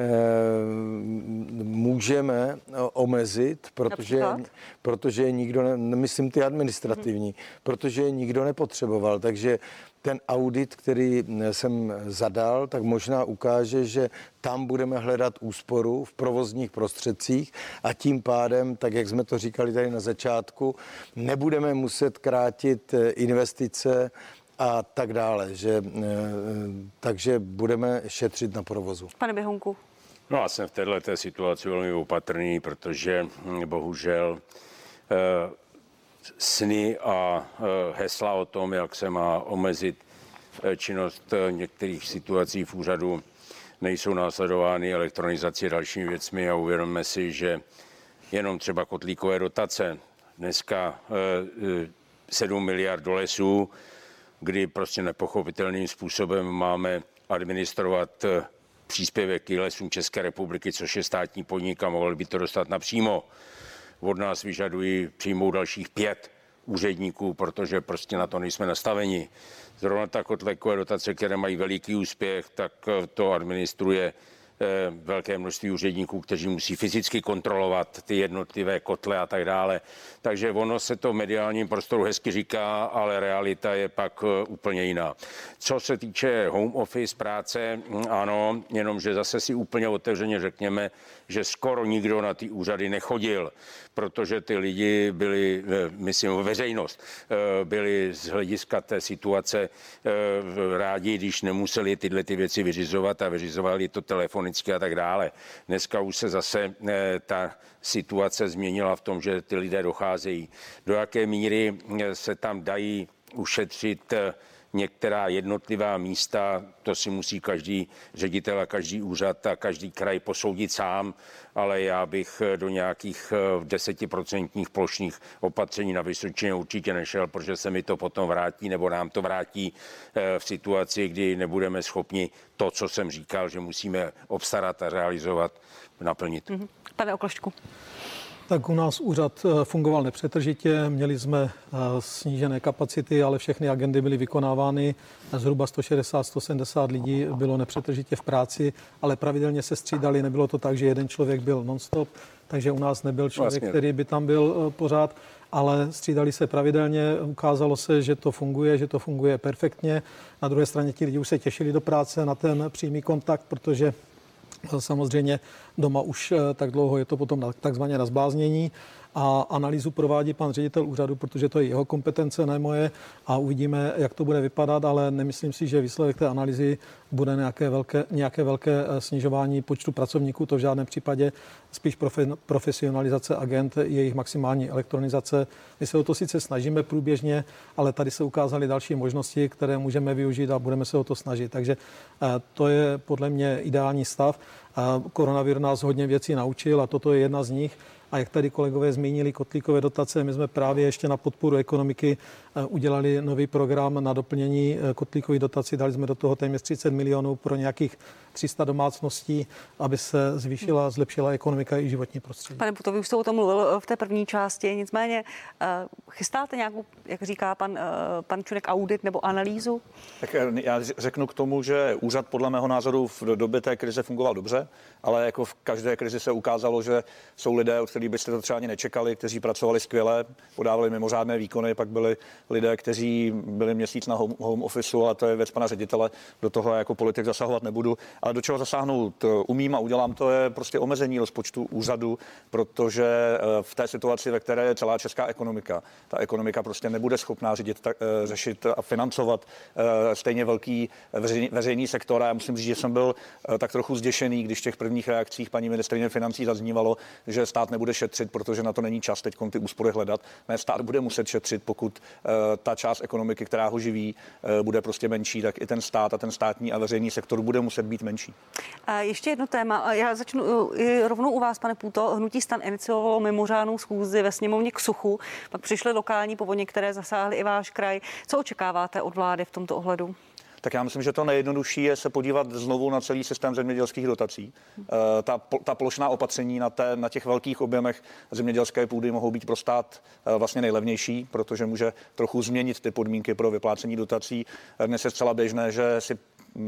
můžeme omezit, protože je nikdo, myslím ty administrativní, protože je nikdo nepotřeboval. Takže ten audit, který jsem zadal, tak možná ukáže, že tam budeme hledat úsporu v provozních prostředcích a tím pádem, tak jak jsme to říkali tady na začátku, nebudeme muset krátit investice a tak dále, takže budeme šetřit na provozu. Pane Běhounku. No já jsem v této situaci velmi opatrný, protože bohužel sny a hesla o tom, jak se má omezit činnost některých situací v úřadu, nejsou následovány elektronizací a dalšími věcmi a uvědomme si, že jenom třeba kotlíkové dotace, dneska 7 miliard do lesů, kdy prostě nepochopitelným způsobem máme administrovat příspěvek k lesům České republiky, což je státní podnik a mohli by to dostat napřímo. Od nás vyžadují přijmout dalších 5 úředníků, protože prostě na to nejsme nastaveni. Zrovna tak kotlíkové dotace, které mají veliký úspěch, tak to administruje velké množství úředníků, kteří musí fyzicky kontrolovat ty jednotlivé kotle a tak dále. Takže ono se to v mediálním prostoru hezky říká, ale realita je pak úplně jiná. Co se týče home office práce, ano, jenomže zase si úplně otevřeně řekněme, že skoro nikdo na ty úřady nechodil, protože ty lidi byli, myslím, veřejnost, byli z hlediska té situace rádi, když nemuseli tyhle ty věci vyřizovat a vyřizovali to telefonicky a tak dále. Dneska už se zase ta situace změnila v tom, že ty lidé docházejí. Do jaké míry se tam dají ušetřit některá jednotlivá místa, to si musí každý ředitel a každý úřad a každý kraj posoudit sám, ale já bych do nějakých 10% plošných opatření na Vysočině určitě nešel, protože se mi to potom vrátí nebo nám to vrátí v situaci, kdy nebudeme schopni to, co jsem říkal, že musíme obstarat a realizovat, naplnit. Pane Oklešťku. Tak u nás úřad fungoval nepřetržitě, měli jsme snížené kapacity, ale všechny agendy byly vykonávány. Zhruba 160-170 lidí bylo nepřetržitě v práci, ale pravidelně se střídali. Nebylo to tak, že jeden člověk byl non-stop, takže u nás nebyl člověk, který by tam byl pořád, ale střídali se pravidelně. Ukázalo se, že to funguje perfektně. Na druhé straně ti lidi už se těšili do práce na ten přímý kontakt, protože samozřejmě doma už tak dlouho, je to potom takzvaně na zbláznění. A analýzu provádí pan ředitel úřadu, protože to je jeho kompetence, ne moje, a uvidíme, jak to bude vypadat, ale nemyslím si, že výsledek té analýzy bude nějaké velké snižování počtu pracovníků, to v žádném případě, spíš profesionalizace agent, jejich maximální elektronizace. My se o to sice snažíme průběžně, ale tady se ukázaly další možnosti, které můžeme využít a budeme se o to snažit. Takže to je podle mě ideální stav. Koronavir nás hodně věcí naučil a toto je jedna z nich. A jak tady kolegové zmínili kotlíkové dotace, my jsme právě ještě na podporu ekonomiky udělali nový program na doplnění kotlíkových dotací. Dali jsme do toho téměř 30 milionů pro nějakých 300 domácností, aby se zvýšila, zlepšila ekonomika i životní prostředí. Pane Puto, vy už jste o tom mluvil v té první části, nicméně chystáte nějakou, jak říká pan Čunek, audit nebo analýzu? Tak já řeknu k tomu, že úřad podle mého názoru v době té krize fungoval dobře, ale jako v každé krizi se ukázalo, že jsou lidé, od kterých byste to třeba ani nečekali, kteří pracovali skvěle, podávali mimořádné výkony, pak byli lidé, kteří byli měsíc na home officeu, ale to je věc pana ředitele, do toho jako politik zasahovat nebudu. Ale do čeho zasáhnout umím a udělám, to je prostě omezení rozpočtu úřadu, protože v té situaci, ve které je celá česká ekonomika, ta ekonomika prostě nebude schopná řešit a financovat stejně velký veřejný sektor. A já musím říct, že jsem byl tak trochu zděšený, když v těch prvních reakcích paní ministryně financí zaznívalo, že stát nebude šetřit, protože na to není čas teď ty úspory hledat. Ne, stát bude muset šetřit, pokud ta část ekonomiky, která ho živí, bude prostě menší, tak i ten stát a ten státní a veřejný sektor bude muset být menší. A ještě jedno téma. Já začnu rovnou u vás, pane Půto. Hnutí STAN iniciovalo mimořádnou schůzi ve sněmovně k suchu. Pak přišly lokální povodně, které zasáhly i váš kraj. Co očekáváte od vlády v tomto ohledu? Tak já myslím, že to nejjednodušší je se podívat znovu na celý systém zemědělských dotací. Ta plošná opatření na těch velkých objemech zemědělské půdy mohou být pro stát vlastně nejlevnější, protože může trochu změnit ty podmínky pro vyplácení dotací. Dnes je zcela běžné, že si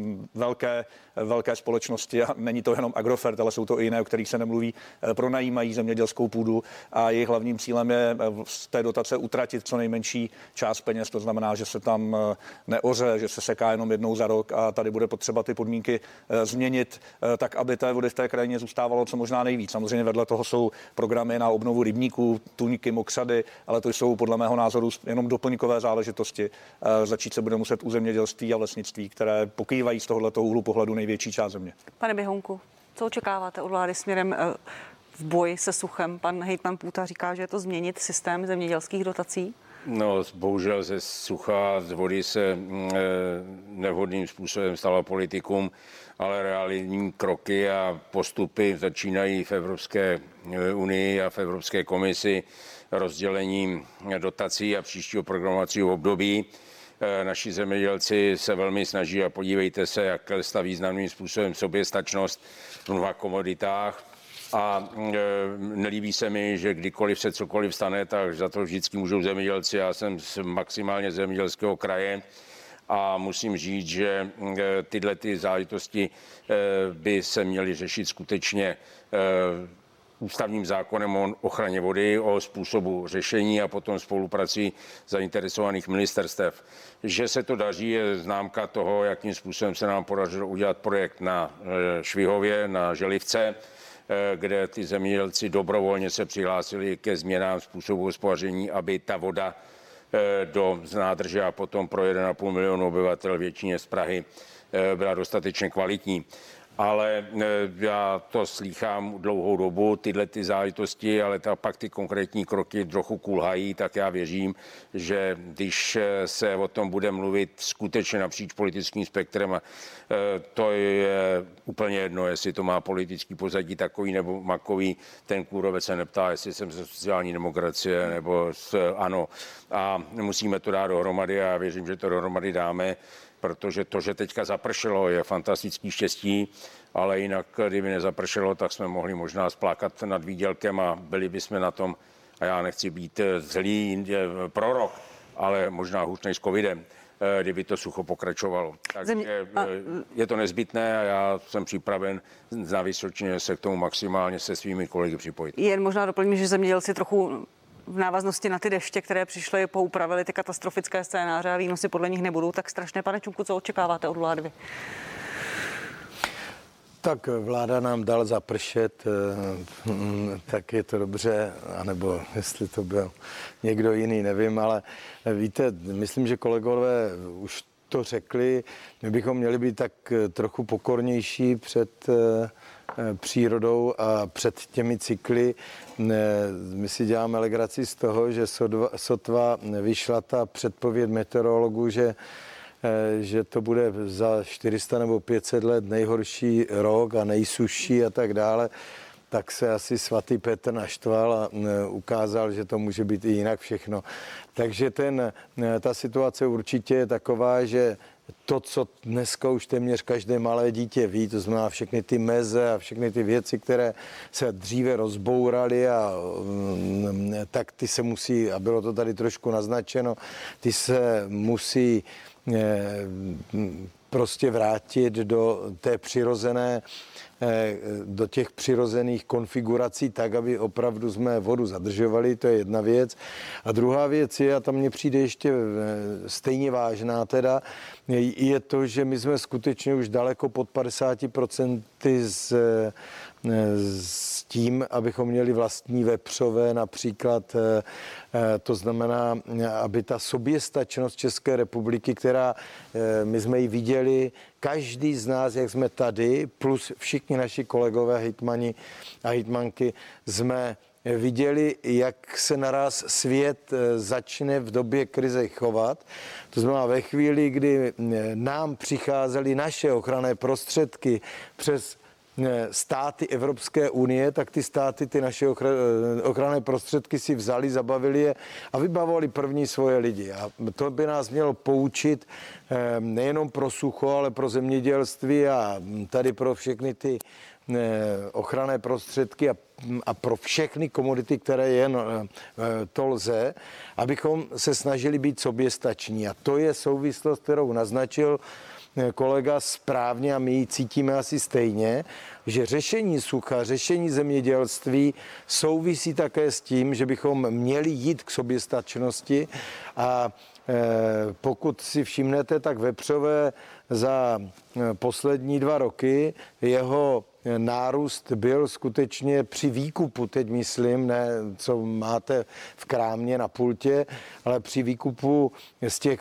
velké společnosti, a není to jenom Agrofert, ale jsou to i jiné, o kterých se nemluví, pronajímají zemědělskou půdu a jejich hlavním cílem je z té dotace utratit co nejmenší část peněz, to znamená, že se tam neoře, že se seká jenom jednou za rok a tady bude potřeba ty podmínky změnit tak, aby té vody v té krajině zůstávalo co možná nejvíc. Samozřejmě vedle toho jsou programy na obnovu rybníků, tůňky, mokřady, ale to jsou podle mého názoru jenom doplňkové záležitosti. Začít se bude muset u zemědělství a lesnictví, které pokrývají z tohoto úhlu pohledu největší část země. Pane Běhounku, co očekáváte od vlády směrem v boji se suchem? Pan hejtman Půta říká, že je to změnit systém zemědělských dotací. No, bohužel ze sucha, z vody se nevhodným způsobem stala politikum, ale realitní kroky a postupy začínají v Evropské unii a v Evropské komisi rozdělením dotací a příštího programovacího období. Naši zemědělci se velmi snaží a podívejte se, jak klesla významným způsobem soběstačnost v mnoha komoditách. A nelíbí se mi, že kdykoliv se cokoliv stane, tak za to vždycky můžou zemědělci. Já jsem maximálně zemědělského kraje a musím říct, že tyhle ty záležitosti by se měly řešit skutečně ústavním zákonem o ochraně vody, o způsobu řešení a potom spoluprací zainteresovaných ministerstev. Že se to daří, je známka toho, jakým způsobem se nám podařilo udělat projekt na Švihově, na Želivce, kde ty zemědělci dobrovolně se přihlásili ke změnám způsobu hospodaření, aby ta voda do nádrže a potom pro 1,5 milionu obyvatel většině z Prahy byla dostatečně kvalitní. Ale já to slýchám dlouhou dobu, tyhle ty záležitosti, ale pak ty konkrétní kroky trochu kulhají, tak já věřím, že když se o tom bude mluvit skutečně napříč politickým spektrem, to je úplně jedno, jestli to má politický pozadí takový nebo makový, ten kůrovec se neptá, jestli jsem ze sociální demokracie nebo ANO. A musíme to dát dohromady a já věřím, že to dohromady dáme, protože to, že teďka zapršelo, je fantastický štěstí, ale jinak, kdyby nezapršelo, tak jsme mohli možná splákat nad výdělkem a byli bychom na tom, a já nechci být zlý prorok, ale možná hůř než s covidem, kdyby to sucho pokračovalo. Takže je to nezbytné a já jsem připraven na Vysočině se k tomu maximálně se svými kolegy připojit. Jen možná doplním, že zemědělci trochu v návaznosti na ty deště, které přišly, poupravili ty katastrofické scénáře a výnosy podle nich nebudou tak strašné. Pane Čunku, co očekáváte od vlády vy? Tak vláda nám dal zapršet, tak je to dobře, anebo jestli to byl někdo jiný, nevím, ale víte, myslím, že kolegové už to řekli, my bychom měli být tak trochu pokornější před přírodou a před těmi cykly. My si děláme legraci z toho, že sotva vyšla ta předpověď meteorologů, že to bude za 400 nebo 500 let nejhorší rok a nejsušší a tak dále, tak se asi svatý Petr naštval a ukázal, že to může být i jinak všechno. Takže ta situace určitě je taková, že to, co dneska už téměř každé malé dítě ví, to znamená všechny ty meze a všechny ty věci, které se dříve rozbouraly, tak ty se musí, a bylo to tady trošku naznačeno, ty se musí prostě vrátit do té přirozené, do těch přirozených konfigurací tak, aby opravdu jsme vodu zadržovali, to je jedna věc. A druhá věc je, a tam mně přijde ještě stejně vážná teda, je to, že my jsme skutečně už daleko pod 50% s tím, abychom měli vlastní vepřové například, to znamená, aby ta soběstačnost České republiky, která my jsme ji viděli, každý z nás, jak jsme tady, plus všichni naši kolegové, hejtmani a hejtmanky, jsme viděli, jak se naraz svět začne v době krize chovat. To znamená ve chvíli, kdy nám přicházely naše ochranné prostředky přes státy Evropské unie, tak ty státy ty naše ochranné prostředky si vzali, zabavili je a vybavovali první svoje lidi. A to by nás mělo poučit nejenom pro sucho, ale pro zemědělství a tady pro všechny ty ochranné prostředky a pro všechny komodity, které jen to lze, abychom se snažili být soběstační. A to je souvislost, kterou naznačil kolega správně a my ji cítíme asi stejně, že řešení sucha, řešení zemědělství souvisí také s tím, že bychom měli jít k soběstačnosti a pokud si všimnete, tak vepřové za poslední 2 roky jeho nárůst byl skutečně při výkupu, teď myslím, ne co máte v krámě na pultě, ale při výkupu z těch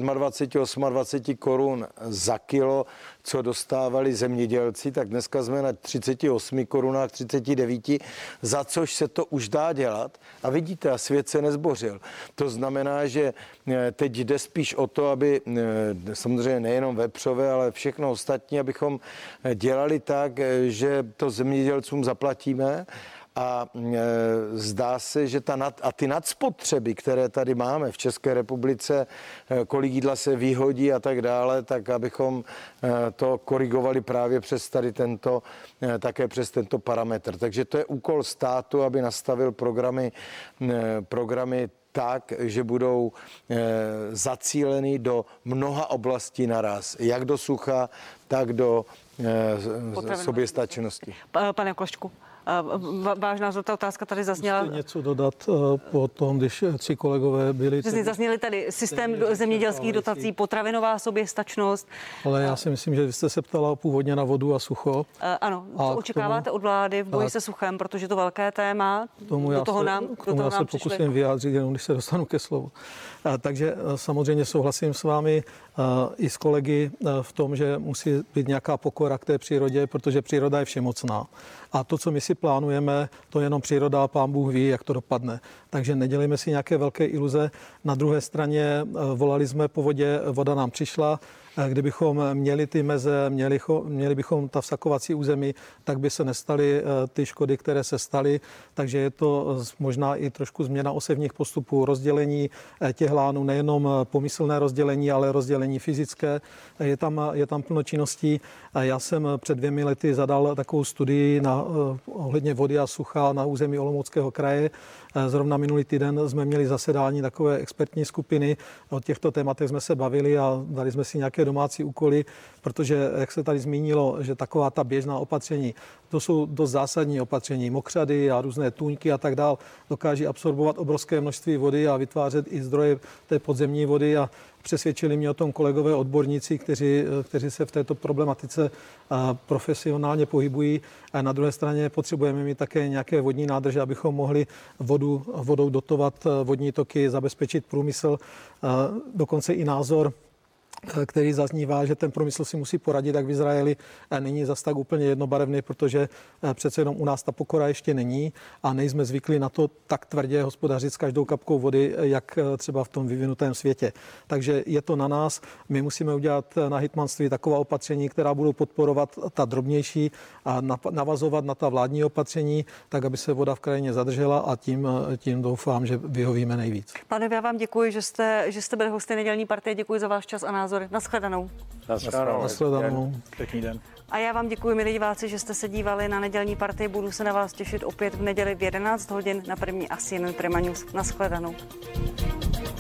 27-28 korun za kilo, co dostávali zemědělci, tak dneska jsme na 38 korunách, 39, za což se to už dá dělat. A vidíte, a svět se nezbořil. To znamená, že teď jde spíš o to, aby samozřejmě nejenom vepřové, ale všechno ostatní, abychom dělali tak, že to zemědělcům zaplatíme a zdá se, že ty nadspotřeby, které tady máme v České republice, kolik jídla se vyhodí a tak dále, tak abychom to korigovali právě přes tady také přes tento parametr. Takže to je úkol státu, aby nastavil programy tak, že budou zacíleny do mnoha oblastí naraz, jak do sucha, tak do soběstačnosti. Pane Kloščku, váš názor, ta otázka tady zazněla. Chci něco dodat po tom, když 3 kolegové byli. Zazněli tady systém zemědělských dotací, potravinová soběstačnost. Ale já si myslím, že vy jste se ptala původně na vodu a sucho. Ano, co očekáváte od vlády v boji se suchem, protože to velké téma, do toho nám se pokusím vyjádřit, jenom když se dostanu ke slovu. Takže samozřejmě souhlasím s vámi i s kolegy v tom, že musí být nějaká pokora k té přírodě, protože příroda je všemocná. A to, co my si plánujeme, to jenom příroda a Pán Bůh ví, jak to dopadne. Takže nedělejme si nějaké velké iluze. Na druhé straně volali jsme po vodě, voda nám přišla. Kdybychom měli ty meze, měli bychom ta vsakovací území, tak by se nestaly ty škody, které se staly. Takže je to možná i trošku změna osevních postupů, rozdělení těch lánů, nejenom pomyslné rozdělení, ale rozdělení fyzické. Je tam plno činností. Já jsem před 2 lety zadal takovou studii ohledně vody a sucha na území Olomouckého kraje. Zrovna minulý týden jsme měli zasedání takové expertní skupiny. O těchto tématech jsme se bavili a dali jsme si nějaké domácí úkoly, protože, jak se tady zmínilo, že taková ta běžná opatření, to jsou dost zásadní opatření, mokřady a různé tůňky a tak dál, dokáží absorbovat obrovské množství vody a vytvářet i zdroje té podzemní vody a Přesvědčili mě o tom kolegové odborníci, kteří se v této problematice profesionálně pohybují. A na druhé straně potřebujeme mít také nějaké vodní nádrže, abychom mohli vodou dotovat vodní toky, zabezpečit průmysl, dokonce i názor, který zaznívá, že ten průmysl si musí poradit, jak v Izraeli není zas tak úplně jednobarevný, protože přece jenom u nás ta pokora ještě není a nejsme zvyklí na to tak tvrdě hospodařit s každou kapkou vody, jak třeba v tom vyvinutém světě. Takže je to na nás. My musíme udělat na hejtmanství taková opatření, která budou podporovat ta drobnější a navazovat na ta vládní opatření, tak aby se voda v krajině zadržela a tím doufám, že vyhovíme nejvíc. Pane, já vám děkuji, že jste byli hosty nedělní partie. Děkuji za váš čas a názory. Nashledanou. Nashledanou. Pěkný den. A já vám děkuji, milí diváci, že jste se dívali na nedělní partii. Budu se na vás těšit opět v neděli v 11 hodin na první asi jen Prima News. Nashledanou.